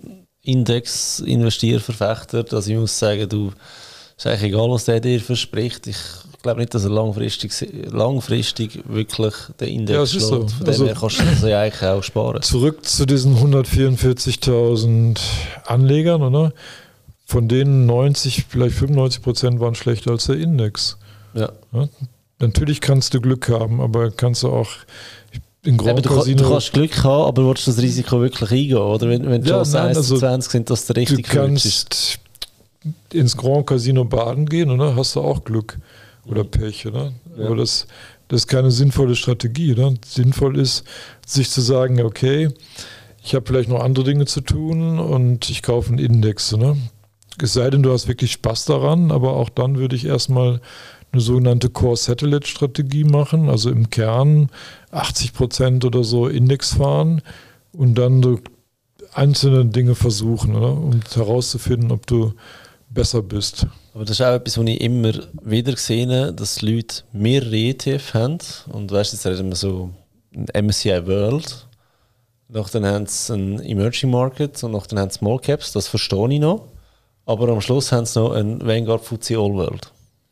Index-Investierverfechter, dass ich muss sagen, du, ist eigentlich egal, was der dir verspricht. Ich glaube nicht, dass er langfristig, langfristig wirklich den Index ja, schlägt. So. Von also, dem her kannst du das ja eigentlich auch sparen. Zurück zu diesen hundertvierundvierzigtausend Anlegern, oder? Von denen neunzig, vielleicht fünfundneunzig Prozent waren schlechter als der Index. Ja. Ja, natürlich kannst du Glück haben, aber kannst du auch in Grand Eben, Casino... Du kannst Glück haben, aber willst du das Risiko wirklich eingehen? Oder wenn, wenn die ja, Chance eins zu zwanzig sind, dass der richtig Du kannst ins Grand Casino baden gehen, oder? Hast du auch Glück oder Pech, oder? Ja. Aber das, das ist keine sinnvolle Strategie, oder? Sinnvoll ist, sich zu sagen, okay, ich habe vielleicht noch andere Dinge zu tun und ich kaufe einen Index, oder? Es sei denn, du hast wirklich Spaß daran, aber auch dann würde ich erstmal eine sogenannte Core-Satellite-Strategie machen, also im Kern achtzig Prozent oder so Index fahren und dann so einzelne Dinge versuchen, oder? Um herauszufinden, ob du besser bist. Aber das ist auch etwas, was ich immer wieder gesehen habe, dass Leute mehrere E T F haben und weißt, jetzt reden wir so ein M S C I World, nachher haben sie ein Emerging Market und nachher haben sie Small Caps, das verstehe ich noch. Aber am Schluss haben sie noch ein Vanguard F T S E All World.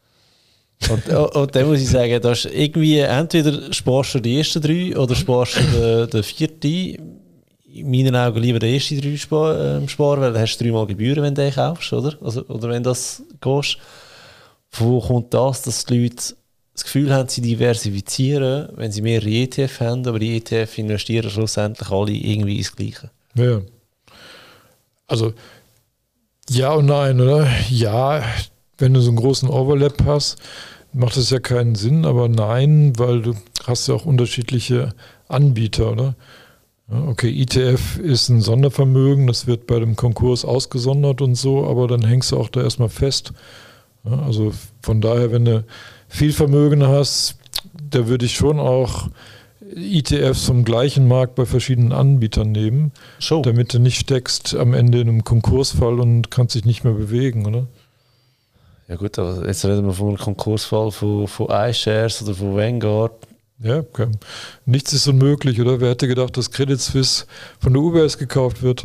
Und, und dann muss ich sagen, da ist irgendwie entweder sparst du die ersten drei oder sparst du den, den vierten. In meinen Augen lieber die ersten drei sparen, weil dann hast du dreimal Gebühren, wenn du den kaufst, oder? Also, oder wenn das gehst. Wo kommt das, dass die Leute das Gefühl haben, sie diversifizieren, wenn sie mehrere E T F haben, aber die E T F investieren schlussendlich alle irgendwie ins Gleiche? Ja. Also ja und nein, oder? Ja, wenn du so einen großen Overlap hast, macht das ja keinen Sinn, aber nein, weil du hast ja auch unterschiedliche Anbieter, oder? Ja, okay, E T F ist ein Sondervermögen, das wird bei dem Konkurs ausgesondert und so, aber dann hängst du auch da erstmal fest. Ja, also von daher, wenn du viel Vermögen hast, da würde ich schon auch E T Fs vom gleichen Markt bei verschiedenen Anbietern nehmen, so. Damit du nicht steckst am Ende in einem Konkursfall und kannst dich nicht mehr bewegen, oder? Ja gut, aber jetzt reden wir von einem Konkursfall von, von iShares oder von Vanguard. Ja, okay. Nichts ist unmöglich, oder? Wer hätte gedacht, dass Credit Suisse von der U B S gekauft wird?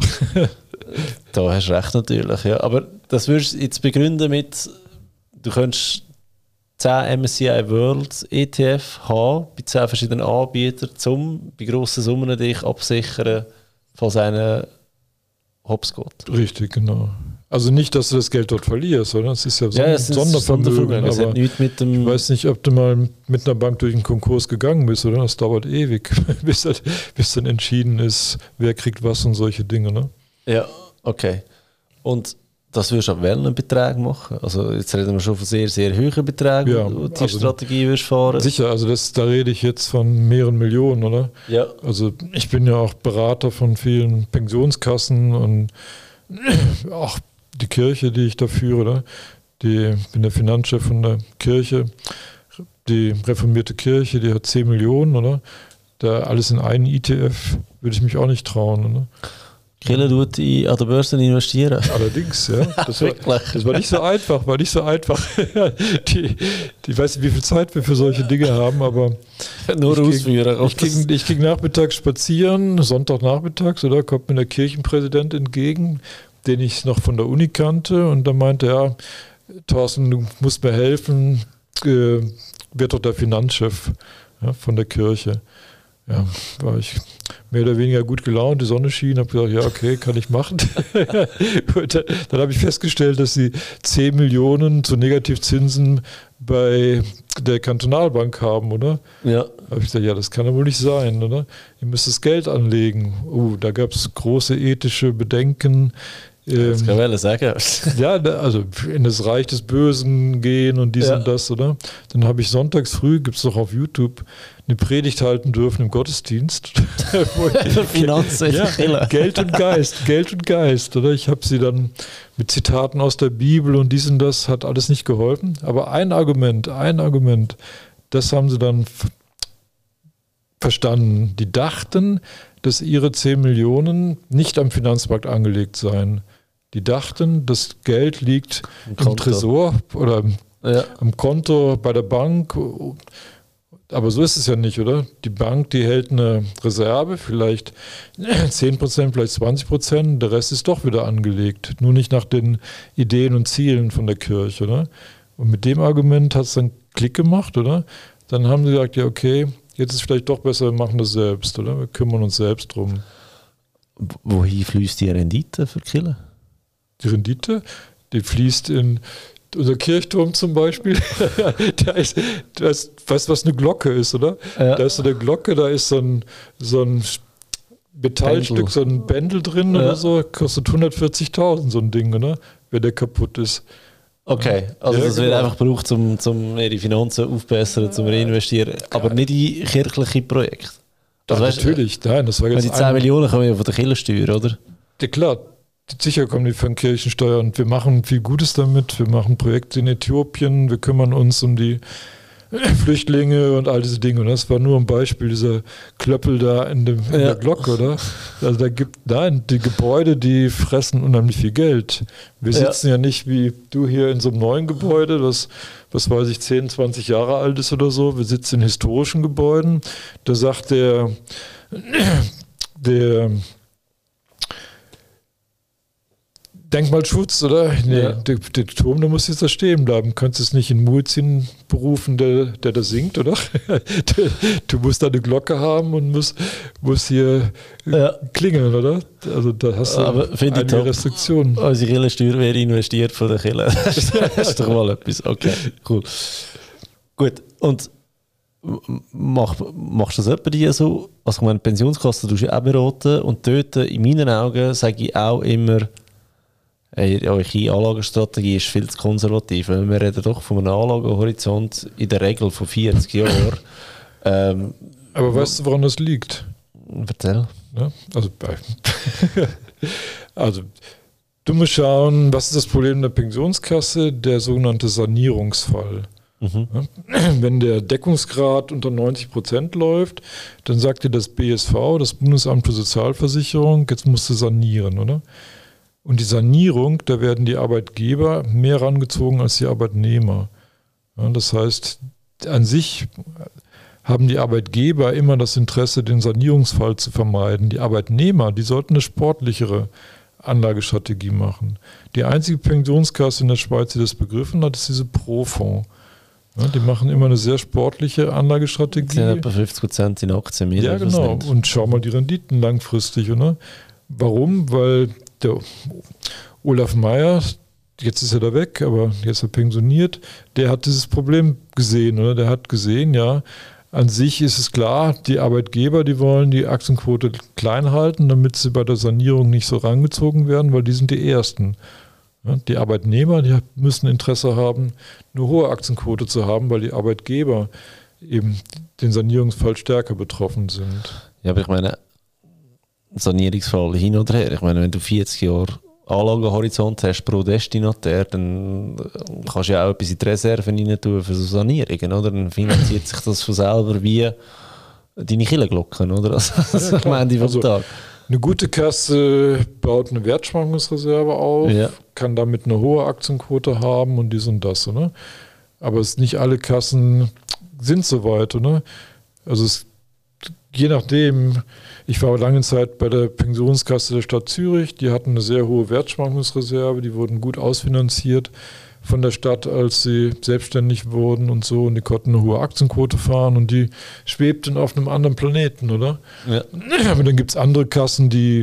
Da hast du recht natürlich, ja. Aber das würdest du jetzt begründen mit, du könntest zehn M S C I World E T F haben, bei zehn verschiedenen Anbietern, um bei grossen Summen dich absichern, falls einer hops geht. Richtig, genau. Also nicht, dass du das Geld dort verlierst, sondern es ist ja, Son ja, es ist Sondervermögen. Sondervermögen. Es Aber hat nichts mit dem ich weiß nicht, ob du mal mit einer Bank durch einen Konkurs gegangen bist, oder? Das dauert ewig, bis, bis dann entschieden ist, wer kriegt was und solche Dinge. Ne? Ja, okay. Und das würdest du ab welchen Beträgen machen? Also jetzt reden wir schon von sehr, sehr hohen Beträgen, ja, die die also Strategie würdest fahren. Sicher, also das, da rede ich jetzt von mehreren Millionen, oder? Ja. Also ich bin ja auch Berater von vielen Pensionskassen und auch die Kirche, die ich da führe, oder? Die, ich bin der Finanzchef von der Kirche, die reformierte Kirche, die hat zehn Millionen, oder? Da alles in einen E T F würde ich mich auch nicht trauen, oder? Kille tut in, an der Börse investieren. Allerdings, ja. Das war, das war nicht so einfach, war nicht so einfach. die, die, ich weiß nicht, wie viel Zeit wir für solche Dinge haben, aber nur ausführen. Ich ging, ich ging nachmittags spazieren, Sonntagnachmittags, oder? Kommt mir der Kirchenpräsident entgegen, den ich noch von der Uni kannte, und da meinte er, Thorsten, du musst mir helfen, äh, wird doch der Finanzchef, ja, von der Kirche. Ja, war ich mehr oder weniger gut gelaunt, die Sonne schien, habe gesagt, ja, okay, kann ich machen. Und dann dann habe ich festgestellt, dass sie zehn Millionen zu Negativzinsen bei der Kantonalbank haben, oder? Ja. Da habe ich gesagt, ja, das kann ja wohl nicht sein, oder? Ihr müsst das Geld anlegen. Oh, da gab es große ethische Bedenken. Das kann man sagen. Ja, also in das Reich des Bösen gehen und dies Ja. und das, oder? Dann habe ich sonntags früh, gibt es doch auf YouTube, eine Predigt halten dürfen im Gottesdienst. Finanzen, ja, Geld und Geist, Geld und Geist, oder? Ich habe sie dann mit Zitaten aus der Bibel und dies und das, hat alles nicht geholfen. Aber ein Argument, ein Argument, das haben sie dann verstanden. Die dachten, dass ihre zehn Millionen nicht am Finanzmarkt angelegt seien. Die dachten, das Geld liegt im Tresor oder ja. am Konto bei der Bank. Aber so ist es ja nicht, oder? Die Bank, die hält eine Reserve, vielleicht zehn Prozent, vielleicht zwanzig Prozent, der Rest ist doch wieder angelegt. Nur nicht nach den Ideen und Zielen von der Kirche, oder? Und mit dem Argument hat es dann Klick gemacht, oder? Dann haben sie gesagt, ja, okay, jetzt ist es vielleicht doch besser, wir machen das selbst, oder? Wir kümmern uns selbst drum. Wohin fließt die Rendite für Kille? Die Rendite, die fließt in unser Kirchturm zum Beispiel. da ist, da ist, weißt du, was eine Glocke ist, oder? Ja. Da ist so eine Glocke, da ist so ein, so ein Metallstück, Bändel. so ein Bändel drin, ja, oder so, kostet hundertvierzigtausend so ein Ding, oder? Wenn der kaputt ist. Okay, also ja, das genau. wird einfach gebraucht, um, um ihre Finanzen aufzubessern, zum Reinvestieren, aber nicht in kirchliche Projekte. Also, Ja, weißt, natürlich, nein, das war jetzt die zehn ein- Millionen kommen ja von der Kirchensteuer, oder? Ja, klar, sicher kommen die von Kirchensteuer und wir machen viel Gutes damit. Wir machen Projekte in Äthiopien, wir kümmern uns um die Flüchtlinge und all diese Dinge. Und das war nur ein Beispiel, dieser Klöppel da in, dem, in Ja. der Glocke, oder? Also da gibt, nein, die Gebäude, die fressen unheimlich viel Geld. Wir Ja. sitzen ja nicht wie du hier in so einem neuen Gebäude, das, was weiß ich, zehn, zwanzig Jahre alt ist oder so. Wir sitzen in historischen Gebäuden. Da sagt der, der Denkmalschutz, oder? Nee, Ja. der, der Turm, da muss jetzt da stehen bleiben. Kannst es nicht in Muezzin berufen, der, der da singt, oder? du, du musst da eine Glocke haben und musst, musst hier Ja. klingeln, oder? Also da hast du Aber finde ich einige top. Restriktionen. Unsere Kirchensteuer wäre investiert von der Kirche. Das ist doch mal etwas. Okay, cool. Gut, und m- mach, machst du das etwa die so? Also ich meine, Pensionskasse tust du ja auch beraten und dort, in meinen Augen, sage ich auch immer, Hey, eure Anlagestrategie ist viel zu konservativ. Weil wir reden doch von einem Anlagehorizont in der Regel von vierzig Jahren. Ähm, Aber weißt du, woran das liegt? erzähl. Ja, also, bei- also, du musst schauen, was ist das Problem der Pensionskasse? Der sogenannte Sanierungsfall. Mhm. Ja, wenn der Deckungsgrad unter neunzig Prozent läuft, dann sagt dir das B S V, das Bundesamt für Sozialversicherung, jetzt musst du sanieren, oder? Und die Sanierung, da werden die Arbeitgeber mehr rangezogen als die Arbeitnehmer. Ja, das heißt, an sich haben die Arbeitgeber immer das Interesse, den Sanierungsfall zu vermeiden. Die Arbeitnehmer, die sollten eine sportlichere Anlagestrategie machen. Die einzige Pensionskasse in der Schweiz, die das begriffen hat, ist diese Profonds. Ja, die machen immer eine sehr sportliche Anlagestrategie. sind etwa fünfzig Prozent in Aktien. Mehr Ja, darf es genau. nicht. Und schau mal die Renditen langfristig, oder? Warum? Weil der Olaf Meyer, jetzt ist er da weg, aber jetzt ist er pensioniert, der hat dieses Problem gesehen, oder? Der hat gesehen, ja, an sich ist es klar, die Arbeitgeber, die wollen die Aktienquote klein halten, damit sie bei der Sanierung nicht so rangezogen werden, weil die sind die Ersten. Ja, die Arbeitnehmer, die müssen Interesse haben, eine hohe Aktienquote zu haben, weil die Arbeitgeber eben den Sanierungsfall stärker betroffen sind. Ja, aber ich meine, Sanierungsfall hin oder her, ich meine, wenn du vierzig Jahre Anlagehorizont hast pro Destinatär, dann kannst du ja auch etwas in die Reserven rein tun für so Sanierungen, oder? Dann finanziert sich das von selber wie deine Kirchenglocken, oder? Also, also ich meine, die also, Tag. Eine gute Kasse baut eine Wertschwankungsreserve auf, ja. kann damit eine hohe Aktienquote haben und dies und das, oder? Aber es nicht alle Kassen sind so weit, oder? Also es je nachdem, ich war lange Zeit bei der Pensionskasse der Stadt Zürich, die hatten eine sehr hohe Wertschwankungsreserve, die wurden gut ausfinanziert von der Stadt, als sie selbstständig wurden und so, und die konnten eine hohe Aktienquote fahren und die schwebten auf einem anderen Planeten, oder? Ja. Aber dann gibt es andere Kassen, die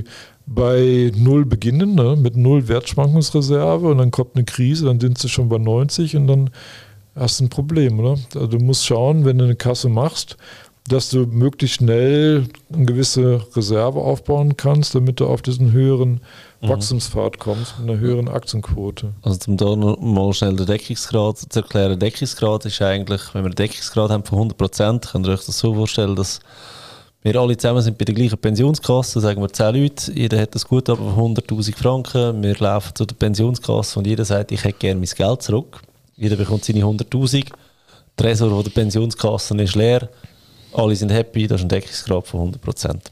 bei null beginnen, ne, mit null Wertschwankungsreserve, und dann kommt eine Krise, dann sind sie schon bei neunzig und dann hast du ein Problem, oder? Also du musst schauen, wenn du eine Kasse machst, dass du möglichst schnell eine gewisse Reserve aufbauen kannst, damit du auf diesen höheren mhm. Wachstumspfad kommst, mit einer höheren Aktienquote. Also um da noch mal schnell den Deckungsgrad zu erklären. Der Deckungsgrad ist eigentlich, wenn wir einen Deckungsgrad haben von hundert Prozent, könnt ihr euch das so vorstellen, dass wir alle zusammen sind bei der gleichen Pensionskasse, sagen wir zehn Leute, jeder hat das Guthaben von hunderttausend Franken, wir laufen zu der Pensionskasse und jeder sagt, ich hätte gerne mein Geld zurück. Jeder bekommt seine hunderttausend, der Tresor der Pensionskasse ist leer, alle sind happy, das ist ein Deckungsgrad von hundert Prozent.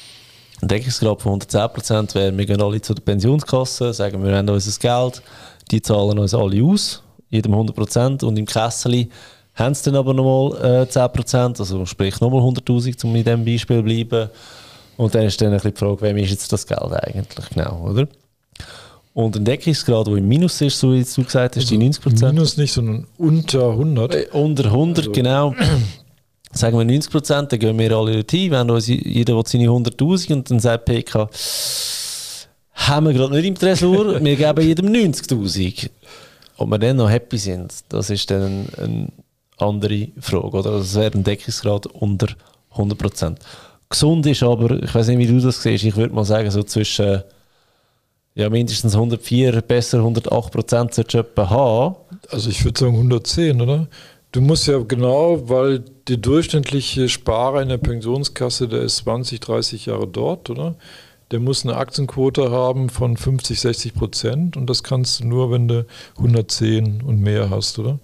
Ein Deckungsgrad von hundertzehn Prozent wäre, wir gehen alle zu der Pensionskasse, sagen wir haben unser Geld, die zahlen uns alle aus, jedem hundert Prozent, und im Kessel haben sie dann aber nochmal äh, zehn Prozent, also sprich nochmal hunderttausend, um in diesem Beispiel zu bleiben. Und dann ist dann ein bisschen die Frage, wem ist jetzt das Geld eigentlich genau, oder? Und ein Deckungsgrad, der im Minus ist, so wie du gesagt hast, also die neunzig Prozent. Minus nicht, sondern unter hundert. Äh, unter hundert, also. Genau. Sagen wir neunzig Prozent, dann gehen wir alle dorthin, wenn uns jeder will seine hunderttausend, und dann sagt P K, haben wir gerade nicht im Tresor, wir geben jedem neunzigtausend. Ob wir dann noch happy sind, das ist dann eine andere Frage. Oder? Also das wäre ein Deckungsgrad unter hundert Prozent. Gesund ist aber, ich weiß nicht, wie du das siehst, ich würde mal sagen, so zwischen ja, mindestens hundertvier, besser hundertacht Prozent sollte jemand haben. Also ich würde sagen hundertzehn, oder? Du musst ja genau, weil der durchschnittliche Sparer in der Pensionskasse, der ist zwanzig, dreißig Jahre dort, oder? Der muss eine Aktienquote haben von fünfzig, sechzig Prozent, und das kannst du nur, wenn du hundertzehn und mehr hast, oder?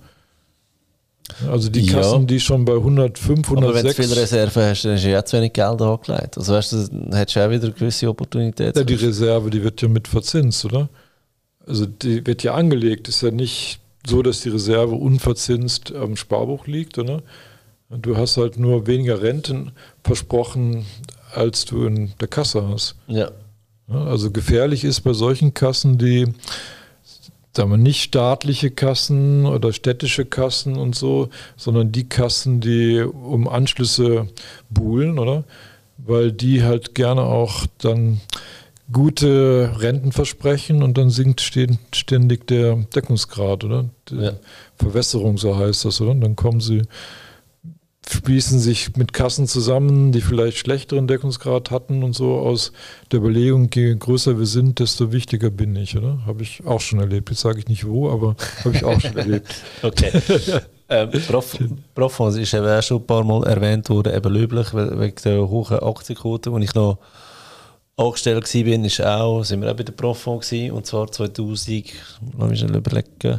Also die ja. Kassen, die schon bei hundertfünf, hundertsechs... Aber wenn du viele Reserven hast, dann hast du ja zu wenig Geld angelegt. Also weißt du, dann hättest du auch wieder eine gewisse Opportunität. Ja, die Reserve, die wird ja mit verzinst, oder? Also die wird ja angelegt, ist ja nicht so, dass die Reserve unverzinst am Sparbuch liegt, oder? Du hast halt nur weniger Renten versprochen, als du in der Kasse hast. Ja. Also gefährlich ist bei solchen Kassen, die, sagen wir, nicht staatliche Kassen oder städtische Kassen und so, sondern die Kassen, die um Anschlüsse buhlen, oder? Weil die halt gerne auch dann gute Renten versprechen, und dann sinkt ständig der Deckungsgrad, oder? Die ja. Verwässerung, so heißt das, oder? Und dann kommen sie, schließen sich mit Kassen zusammen, die vielleicht schlechteren Deckungsgrad hatten und so, aus der Überlegung, je größer wir sind, desto wichtiger bin ich, oder? Habe ich auch schon erlebt. Jetzt sage ich nicht wo, aber habe ich auch schon erlebt. Okay. ähm, Prof, Proffonds ist eben auch schon ein paar Mal erwähnt worden, eben löblich, wegen der hohen Aktienquote, wo ich noch angestellt war, ist auch, sind wir auch bei der Proffonds gewesen, und zwar zweitausend, lass mich schnell überlegen,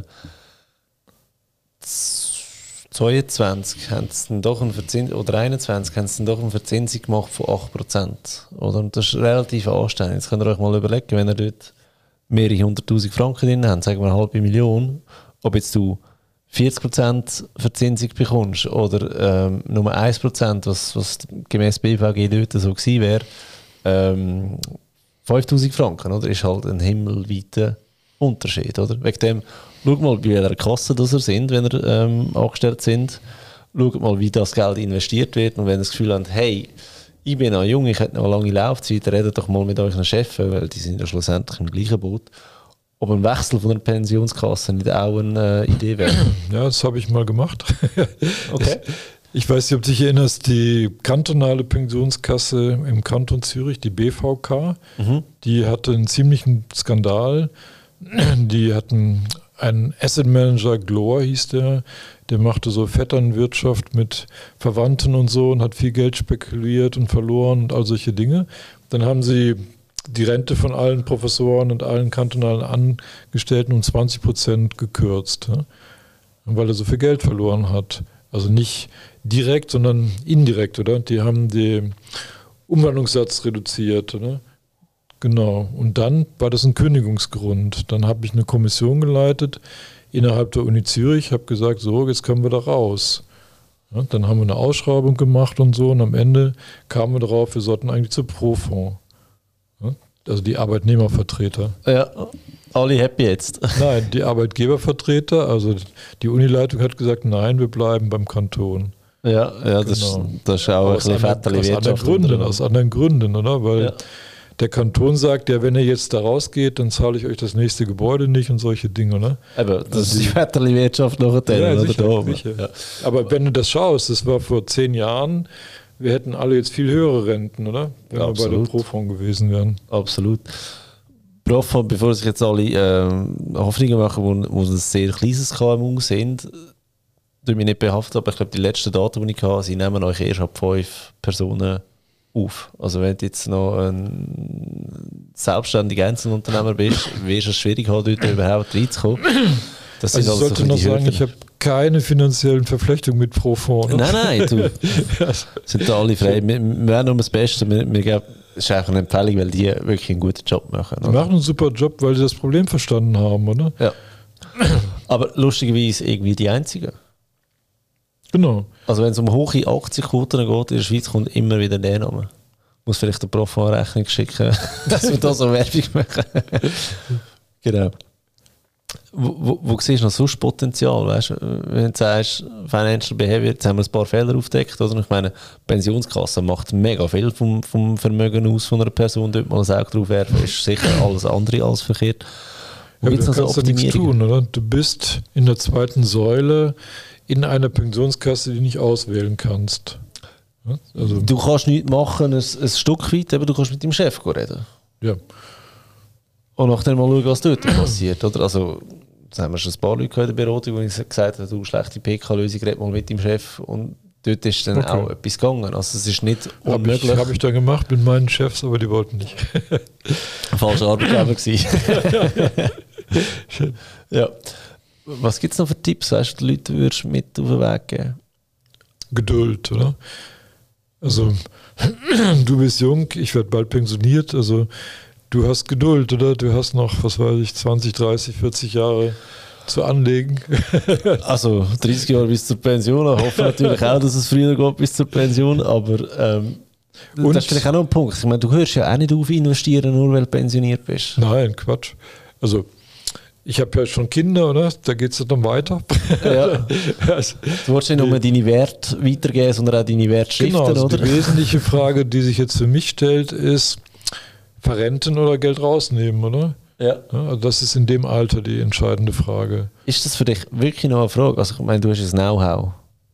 zweiundzwanzig haben sie dann doch einen Verzinsung, oder einundzwanzig haben sie dann doch eine Verzinsung gemacht von acht Prozent. Oder? Und das ist relativ anständig. Jetzt könnt ihr euch mal überlegen, wenn ihr dort mehrere hunderttausend Franken drin habt, sagen wir eine halbe Million, ob jetzt du vierzig Prozent Verzinsung bekommst oder ähm, nur ein Prozent, was, was gemäß B V G dort so gewesen wäre, ähm, fünftausend Franken, oder? Ist halt ein himmelweiter Unterschied, oder? Wegen dem, schaut mal, bei welcher Kasse das ihr sind, wenn ihr ähm, angestellt sind. Schaut mal, wie das Geld investiert wird, und wenn ihr das Gefühl habt, hey, ich bin noch jung, ich hätte noch eine lange Laufzeit, redet doch mal mit euren Chefen, weil die sind ja schlussendlich im gleichen Boot. ob ein Wechsel von einer Pensionskasse nicht auch eine äh, Idee wäre. Ja, das habe ich mal gemacht. Okay. Ich weiß nicht, ob du dich erinnerst, die kantonale Pensionskasse im Kanton Zürich, die B V K, mhm. die hatte einen ziemlichen Skandal. Die hatten einen Asset Manager, Glor hieß der, der machte so Vetternwirtschaft mit Verwandten und so und hat viel Geld spekuliert und verloren und all solche Dinge. Dann haben sie die Rente von allen Professoren und allen kantonalen Angestellten um zwanzig Prozent gekürzt, ja? Weil er so viel Geld verloren hat. Also nicht direkt, sondern indirekt, oder? Die haben den Umwandlungssatz reduziert, oder? Genau. Und dann war das ein Kündigungsgrund. Dann habe ich eine Kommission geleitet innerhalb der Uni Zürich, habe gesagt, so, jetzt können wir da raus. Ja, dann haben wir eine Ausschreibung gemacht und so und am Ende kamen wir darauf, wir sollten eigentlich zur Profonds. Ja, also die Arbeitnehmervertreter. Ja, alle happy jetzt. Nein, die Arbeitgebervertreter, also die Unileitung hat gesagt, nein, wir bleiben beim Kanton. Ja, ja, das, genau. das ist auch aus ein bisschen Vetterli Wirtschaft. Aus anderen Gründen, aus anderen Gründen, oder? Weil ja. Der Kanton sagt, ja, wenn ihr jetzt da rausgeht, dann zahle ich euch das nächste Gebäude nicht und solche Dinge, ne? Aber das also ist die Vetterli-Wirtschaft noch ein ja, sicher, sicher. Ja. Aber wenn du das schaust, das war vor zehn Jahren, wir hätten alle jetzt viel höhere Renten, oder? Wenn ja, wir bei der Profonds gewesen wären. Absolut. Profonds, bevor sich jetzt alle äh, Hoffnungen machen, wo, wo ein sehr kleines K M U sind, tue mich nicht behaftet, aber ich glaube, die letzten Daten, die ich hatte, sie nehmen euch erst ab fünf Personen auf. Also wenn du jetzt noch ein selbstständiger Einzelunternehmer bist, wirst du es schwierig haben, dort überhaupt reinzukommen. Das also ich sollte so noch sagen, Hürden. Ich habe keine finanziellen Verflechtungen mit Profonds. Nein, nein, du sind da alle frei. Wir, wir wären nur das Beste. Wir, wir geben, das ist einfach eine Empfehlung, weil die wirklich einen guten Job machen. Die machen einen super Job, weil sie das Problem verstanden haben, oder? Ja. Aber lustigerweise irgendwie die Einzigen. Genau. Also wenn es um hohe Aktienquoten geht in der Schweiz, kommt immer wieder der Name. Muss vielleicht der Profonds eine Rechnung schicken, dass wir da so Werbung machen. Genau. Wo, wo, wo siehst du noch sonst Potenzial? Weißt? Wenn du sagst, Financial Behavior, jetzt haben wir ein paar Fehler aufgedeckt. Oder? Ich meine, die Pensionskasse macht mega viel vom, vom Vermögen aus von einer Person. Dort mal ein Auge drauf werfen, ist sicher alles andere als verkehrt. Ja, du kannst so da nichts tun, oder? Du bist in der zweiten Säule in einer Pensionskasse, die du nicht auswählen kannst. Ja, also du kannst nichts machen, ein, ein Stück weit, aber du kannst mit dem Chef reden. Ja. Und nachher mal schauen, was dort passiert. Oder? Also, jetzt haben wir schon ein paar Leute in der Beratung, wo ich gesagt habe, du schlechte P K-Lösung, red mal mit dem Chef. Und dort ist dann okay. auch etwas gegangen. Also es ist nicht unmöglich. Habe ich, hab ich dann gemacht mit meinen Chefs, aber die wollten nicht. Falscher Arbeitgeber gewesen. Schön. Ja. Was gibt es noch für Tipps, weißt du, die Leute würdest mit auf den Weg geben? Geduld, oder? Also, du bist jung, ich werde bald pensioniert, also du hast Geduld, oder? Du hast noch, was weiß ich, zwanzig, dreißig, vierzig Jahre zu anlegen. Also dreißig Jahre bis zur Pension, ich hoffe natürlich auch, dass es früher geht bis zur Pension, aber ähm, das ist vielleicht auch noch ein Punkt. Ich meine, du hörst ja auch nicht auf investieren, nur weil du pensioniert bist. Nein, Quatsch. Also ich habe ja schon Kinder, oder? Da geht es dann weiter. Ja. Also, du willst nicht nur deine Werte weitergeben, sondern auch deine Werte stiften, genau, also oder? Die wesentliche Frage, die sich jetzt für mich stellt, ist, verrenten oder Geld rausnehmen, oder? Ja. Ja, also das ist in dem Alter die entscheidende Frage. Ist das für dich wirklich noch eine Frage? Also ich meine, du hast ein Know-how.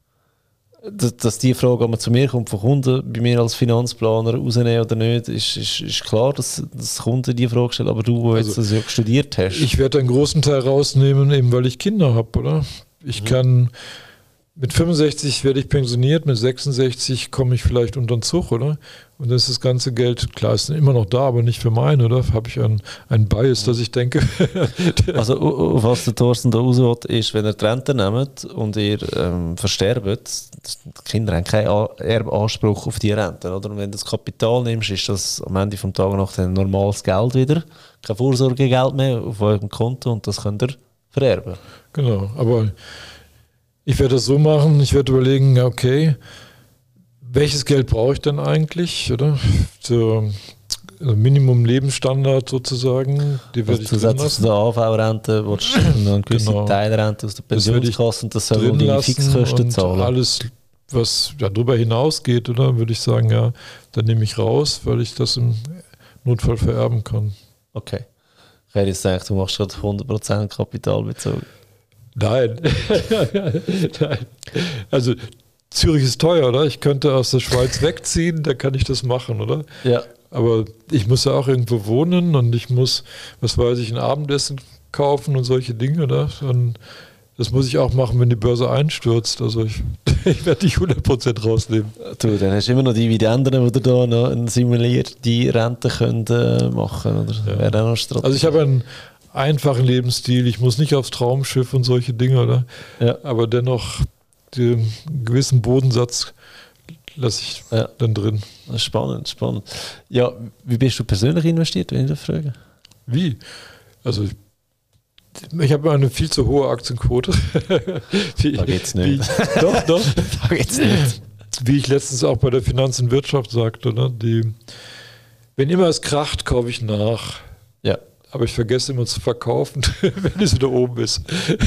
Dass, dass die Frage, ob man zu mir kommt, von Kunden, bei mir als Finanzplaner rausnehmen oder nicht, ist, ist, ist klar, dass, dass Kunden die Frage stellen, aber du, der jetzt also, das ja studiert hast. Ich werde einen großen Teil rausnehmen, eben weil ich Kinder habe, oder? Ich mhm. kann, mit fünfundsechzig werde ich pensioniert, mit sechsundsechzig komme ich vielleicht unter den Zug, oder? Und dann ist das ganze Geld, klar, ist immer noch da, aber nicht für meinen, oder? Habe ich einen, einen Bias, dass ich denke. Also, auf was der Thorsten da raus will, ist, wenn ihr die Rente nehmt und ihr ähm, versterbt, die Kinder haben keinen Erbanspruch auf die Rente, oder? Und wenn du das Kapital nimmst, ist das am Ende des Tages noch ein normales Geld wieder, kein Vorsorgegeld mehr auf eurem Konto und das könnt ihr vererben. Genau, aber ich werde das so machen, ich werde überlegen, okay, welches Geld brauche ich denn eigentlich, oder? So, also Minimum Lebensstandard sozusagen, die werde also ich drin lassen. Der A V-Rente, willst du noch eine gewisse genau. Teilrente aus der Pensionskasse und das soll die Fixkosten zahlen. Alles, was ja, darüber hinausgeht, oder, würde ich sagen, ja, dann nehme ich raus, weil ich das im Notfall vererben kann. Okay. Ich hätte jetzt gedacht, du machst gerade hundert Prozent Kapitalbezug. Nein. Nein. Also Zürich ist teuer, oder? Ich könnte aus der Schweiz wegziehen, da kann ich das machen, oder? Ja. Aber ich muss ja auch irgendwo wohnen und ich muss, was weiß ich, ein Abendessen kaufen und solche Dinge, oder? Und das muss ich auch machen, wenn die Börse einstürzt. Also ich, ich werde nicht hundert Prozent rausnehmen. Du, dann hast du immer noch Dividenden, die du da noch simuliert die Rente können, äh, machen oder ja. Wäre auch noch Strategie. Also ich habe einen einfachen Lebensstil, ich muss nicht aufs Traumschiff und solche Dinge, oder? Ja. Aber dennoch den gewissen Bodensatz lasse ich ja. dann drin. Spannend, spannend. Ja, wie bist du persönlich investiert, wenn ich das frage? Wie? Also ich Ich habe eine viel zu hohe Aktienquote. wie, da geht's nicht. Wie, doch, doch. Da geht's nicht. Wie ich letztens auch bei der Finanz und Wirtschaft sagte, ne, die, wenn immer es kracht, kaufe ich nach. Ja. Aber ich vergesse immer zu verkaufen, wenn es wieder oben ist.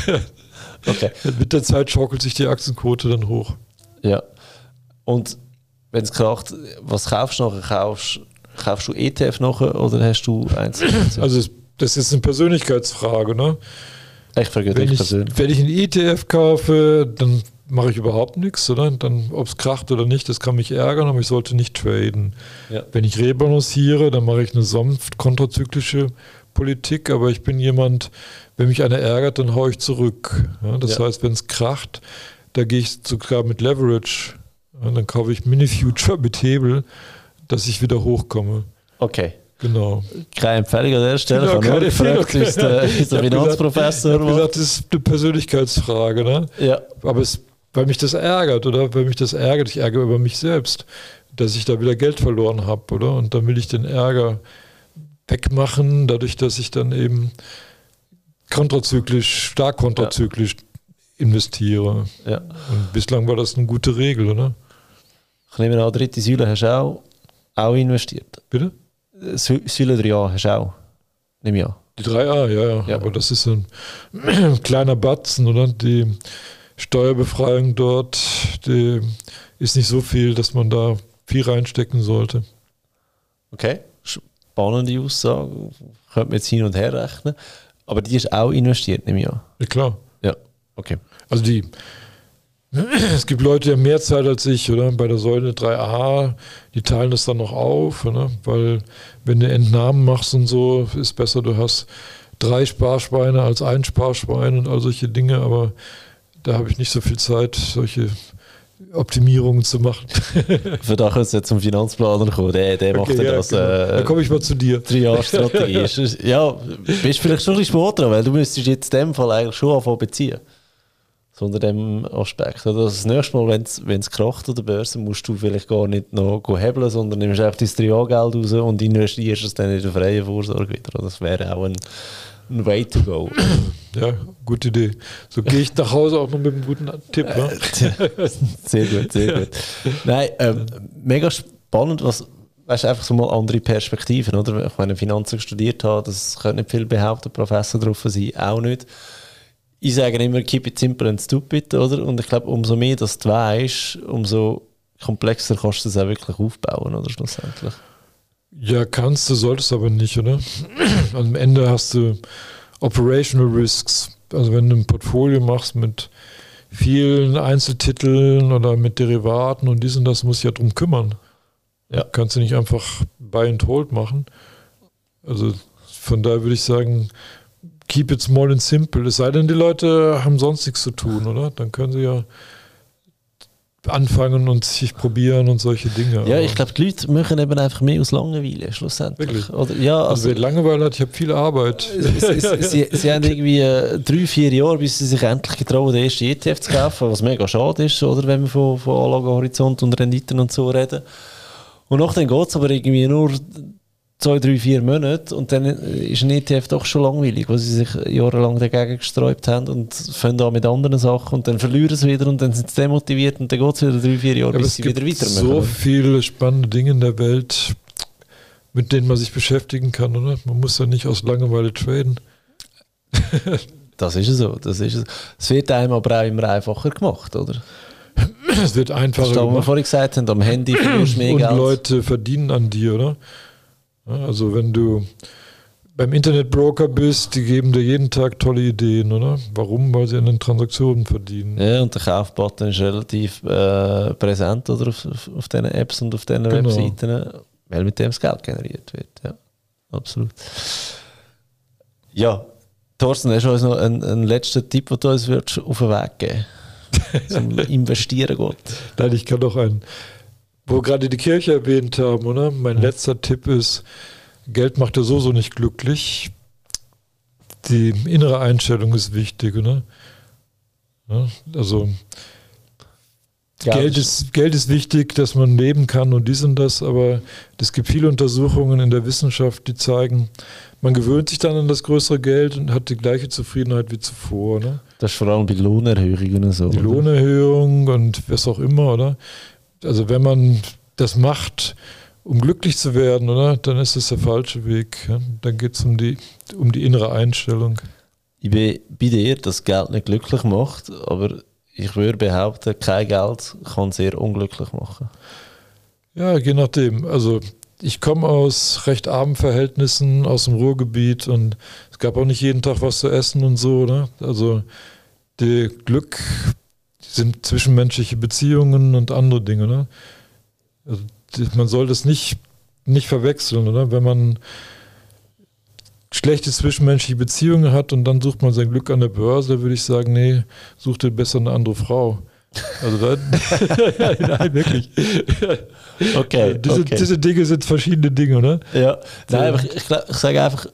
Okay. Mit der Zeit schaukelt sich die Aktienquote dann hoch. Ja. Und wenn es kracht, was kaufst du nachher? Kaufst, kaufst du E T F nachher oder hast du Einzel? Also es Das ist eine Persönlichkeitsfrage, ne? Ich frage wenn dich ich, persönlich. Wenn ich einen E T F kaufe, dann mache ich überhaupt nichts, oder? Dann, ob es kracht oder nicht, das kann mich ärgern, aber ich sollte nicht traden. Ja. Wenn ich rebalanciere, dann mache ich eine sanft kontrazyklische Politik, aber ich bin jemand, wenn mich einer ärgert, dann haue ich zurück. Ja, das ja. heißt, wenn es kracht, da gehe ich sogar mit Leverage, ja, dann kaufe ich Mini-Future mit Hebel, dass ich wieder hochkomme. Okay. Genau. Keine Empfehlung an der Stelle. Genau, keine Empfehlung. Ist der, ist der Finanzprofessor. Ich habe gesagt, das ist eine Persönlichkeitsfrage. Ne? Ja. Aber es, weil mich das ärgert, oder? Weil mich das ärgert, ich ärgere über mich selbst, dass ich da wieder Geld verloren habe, oder? Und dann will ich den Ärger wegmachen, dadurch, dass ich dann eben kontrazyklisch, stark kontrazyklisch ja. investiere. Ja. Und bislang war das eine gute Regel, oder? Ich nehme an, dritte Säule hast du auch, auch investiert. Bitte? Säule drei a hast du auch, nehme ich an. Die drei a, ja, ja, ja. Aber das ist ein kleiner Batzen, oder? Die Steuerbefreiung dort, die ist nicht so viel, dass man da viel reinstecken sollte. Okay, spannende Aussage. Könnte man jetzt hin und her rechnen. Aber die ist auch investiert, nehme ich an. Ja, klar. Ja, okay. Also die, es gibt Leute, die haben mehr Zeit als ich, oder? Bei der Säule drei a, die teilen das dann noch auf, oder? Weil wenn du Entnahmen machst und so, ist besser, du hast drei Sparschweine als ein Sparschwein und all solche Dinge, aber da habe ich nicht so viel Zeit, solche Optimierungen zu machen. Für da können Sie jetzt zum Finanzplaner kommen, der, der okay, macht ja, das. Genau. Äh, da komme ich mal zu dir. Drei Jahre Strategie. Ja, bist vielleicht schon ein bisschen spät dran, weil du müsstest jetzt in dem Fall eigentlich schon anfangen beziehen. So unter dem Aspekt. Oder das nächste Mal, wenn es kracht an der Börse, musst du vielleicht gar nicht noch hebeln, sondern nimmst einfach dein drei a Geld raus und investierst es dann in der freien Vorsorge wieder. Das wäre auch ein, ein Way to go. Ja, gute Idee. So gehe ich nach Hause auch noch mit einem guten Tipp. Ne? Sehr gut, sehr gut. Nein, ähm, mega spannend, was, weißt du, einfach so mal andere Perspektiven, oder? Ich meine, Finanzen studiert habe, das können nicht viel behaupten, Professor drauf sein, auch nicht. Ich sage immer, keep it simple and stupid, oder? Und ich glaube, umso mehr dass du weißt, umso komplexer kannst du das auch wirklich aufbauen, oder? Schlussendlich. Ja, kannst du, solltest aber nicht, oder? Am Ende hast du Operational Risks. Also wenn du ein Portfolio machst mit vielen Einzeltiteln oder mit Derivaten und dies und das, musst du ja drum kümmern. Ja. Kannst du nicht einfach Buy and Hold machen. Also von daher würde ich sagen, keep it small and simple. Es sei denn, die Leute haben sonst nichts zu tun, oder? Dann können sie ja anfangen und sich probieren und solche Dinge. Ja, ich glaube, die Leute machen eben einfach mehr aus Langeweile, schlussendlich. Wirklich? Oder, ja, also, also wer Langeweile hat, ich habe viel Arbeit. sie, sie, sie haben irgendwie äh, drei, vier Jahre, bis sie sich endlich getrauen, den ersten E T F zu kaufen, was mega schade ist, oder, wenn wir von, von Anlagehorizont und Renditen und so reden. Und nachdem geht es aber irgendwie nur zwei, drei, vier Monate und dann ist ein E T F doch schon langweilig, weil sie sich jahrelang dagegen gesträubt haben und fangen an mit anderen Sachen und dann verlieren sie wieder und dann sind sie demotiviert und dann geht es wieder drei, vier Jahre, bis sie wieder weitermachen. Es gibt so viele spannende Dinge in der Welt, mit denen man sich beschäftigen kann, oder? Man muss ja nicht aus Langeweile traden. Das ist so, das ist es. Es wird einem aber auch immer einfacher gemacht, oder? Es wird einfacher das, was wir vorhin gesagt haben, am Handy verlierst du mehr und Geld. Leute verdienen an dir, oder? Also wenn du beim Internetbroker bist, die geben dir jeden Tag tolle Ideen, oder? Warum? Weil sie an den Transaktionen verdienen. Ja, und der Kaufbutton ist relativ äh, präsent oder, auf, auf, auf diesen Apps und auf diesen Genau. Webseiten, weil mit dem das Geld generiert wird. Ja, absolut. Ja, Thorsten, hast du uns noch einen, einen letzten Tipp, den du uns würdest auf den Weg geben zum Investieren geht? Nein, ich kann noch einen, wo wir gerade die Kirche erwähnt haben, oder? Mein mhm. letzter Tipp ist, Geld macht ja sowieso nicht glücklich. Die innere Einstellung ist wichtig, oder? Ja, also ja, Geld, ist, Geld ist wichtig, dass man leben kann und dies und das, aber es gibt viele Untersuchungen in der Wissenschaft, die zeigen, man gewöhnt sich dann an das größere Geld und hat die gleiche Zufriedenheit wie zuvor. Ne? Das ist vor allem bei Lohnerhöhungen und so. Die oder? Lohnerhöhung und was auch immer, oder? Also wenn man das macht, um glücklich zu werden, oder? Dann ist es der falsche Weg. Ja? Dann geht es um die, um die innere Einstellung. Ich bin bei dir, dass Geld nicht glücklich macht, aber ich würde behaupten, kein Geld kann sehr unglücklich machen. Ja, je nachdem. Also ich komme aus recht armen Verhältnissen, aus dem Ruhrgebiet und es gab auch nicht jeden Tag was zu essen und so. Ne? Also die Glück sind zwischenmenschliche Beziehungen und andere Dinge. Ne? Also die, man soll das nicht, nicht verwechseln, oder? Wenn man schlechte zwischenmenschliche Beziehungen hat und dann sucht man sein Glück an der Börse, würde ich sagen, nee, such dir besser eine andere Frau. Also dann, nein, wirklich. Okay, diese, okay. diese Dinge sind verschiedene Dinge, oder? Ja, nein, aber ich, ich, ich sage einfach,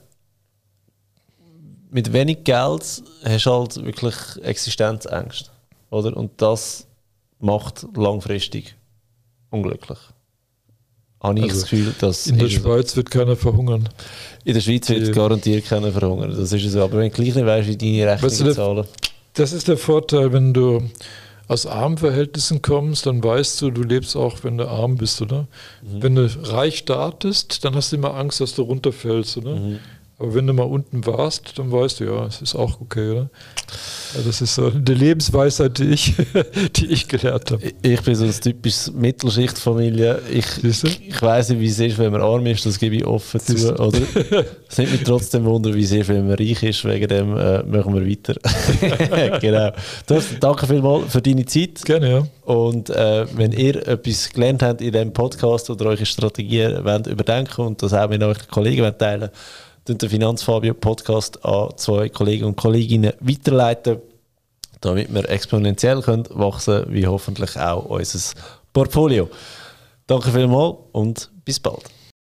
mit wenig Geld hast du halt wirklich Existenzängste, oder? Und das macht langfristig unglücklich. Habe ich also das Gefühl, dass in der Schweiz wird keiner verhungern. In der Schweiz wird garantiert keiner verhungern. Das ist so. Aber wenn du gleich nicht weißt, wie deine Rechnungen weißt du, zahlen. Das ist der Vorteil, wenn du aus armen Verhältnissen kommst, dann weißt du, du lebst auch, wenn du arm bist, oder? Mhm. Wenn du reich startest, dann hast du immer Angst, dass du runterfällst, oder? Mhm. Aber wenn du mal unten warst, dann weißt du, ja, es ist auch okay, oder? Ja, das ist so eine Lebensweisheit, die ich, die ich gelernt habe. Ich bin so ein typisches Mittelschichtfamilie. Ich, ich weiss nicht, wie es ist, wenn man arm ist, das gebe ich offen zu. Oder? Es nimmt mich trotzdem wunder, wie es ist, wenn man reich ist. Wegen dem äh, machen wir weiter. Genau. Thorsten, danke vielmals für deine Zeit. Gerne, ja. Und äh, wenn ihr etwas gelernt habt in diesem Podcast oder eure Strategien wollt überdenken und das auch mit euren Kollegen wollt teilen, den Finanzfabio Podcast an zwei Kollegen und Kolleginnen weiterleiten, damit wir exponentiell können wachsen können, wie hoffentlich auch unser Portfolio. Danke vielmals und bis bald.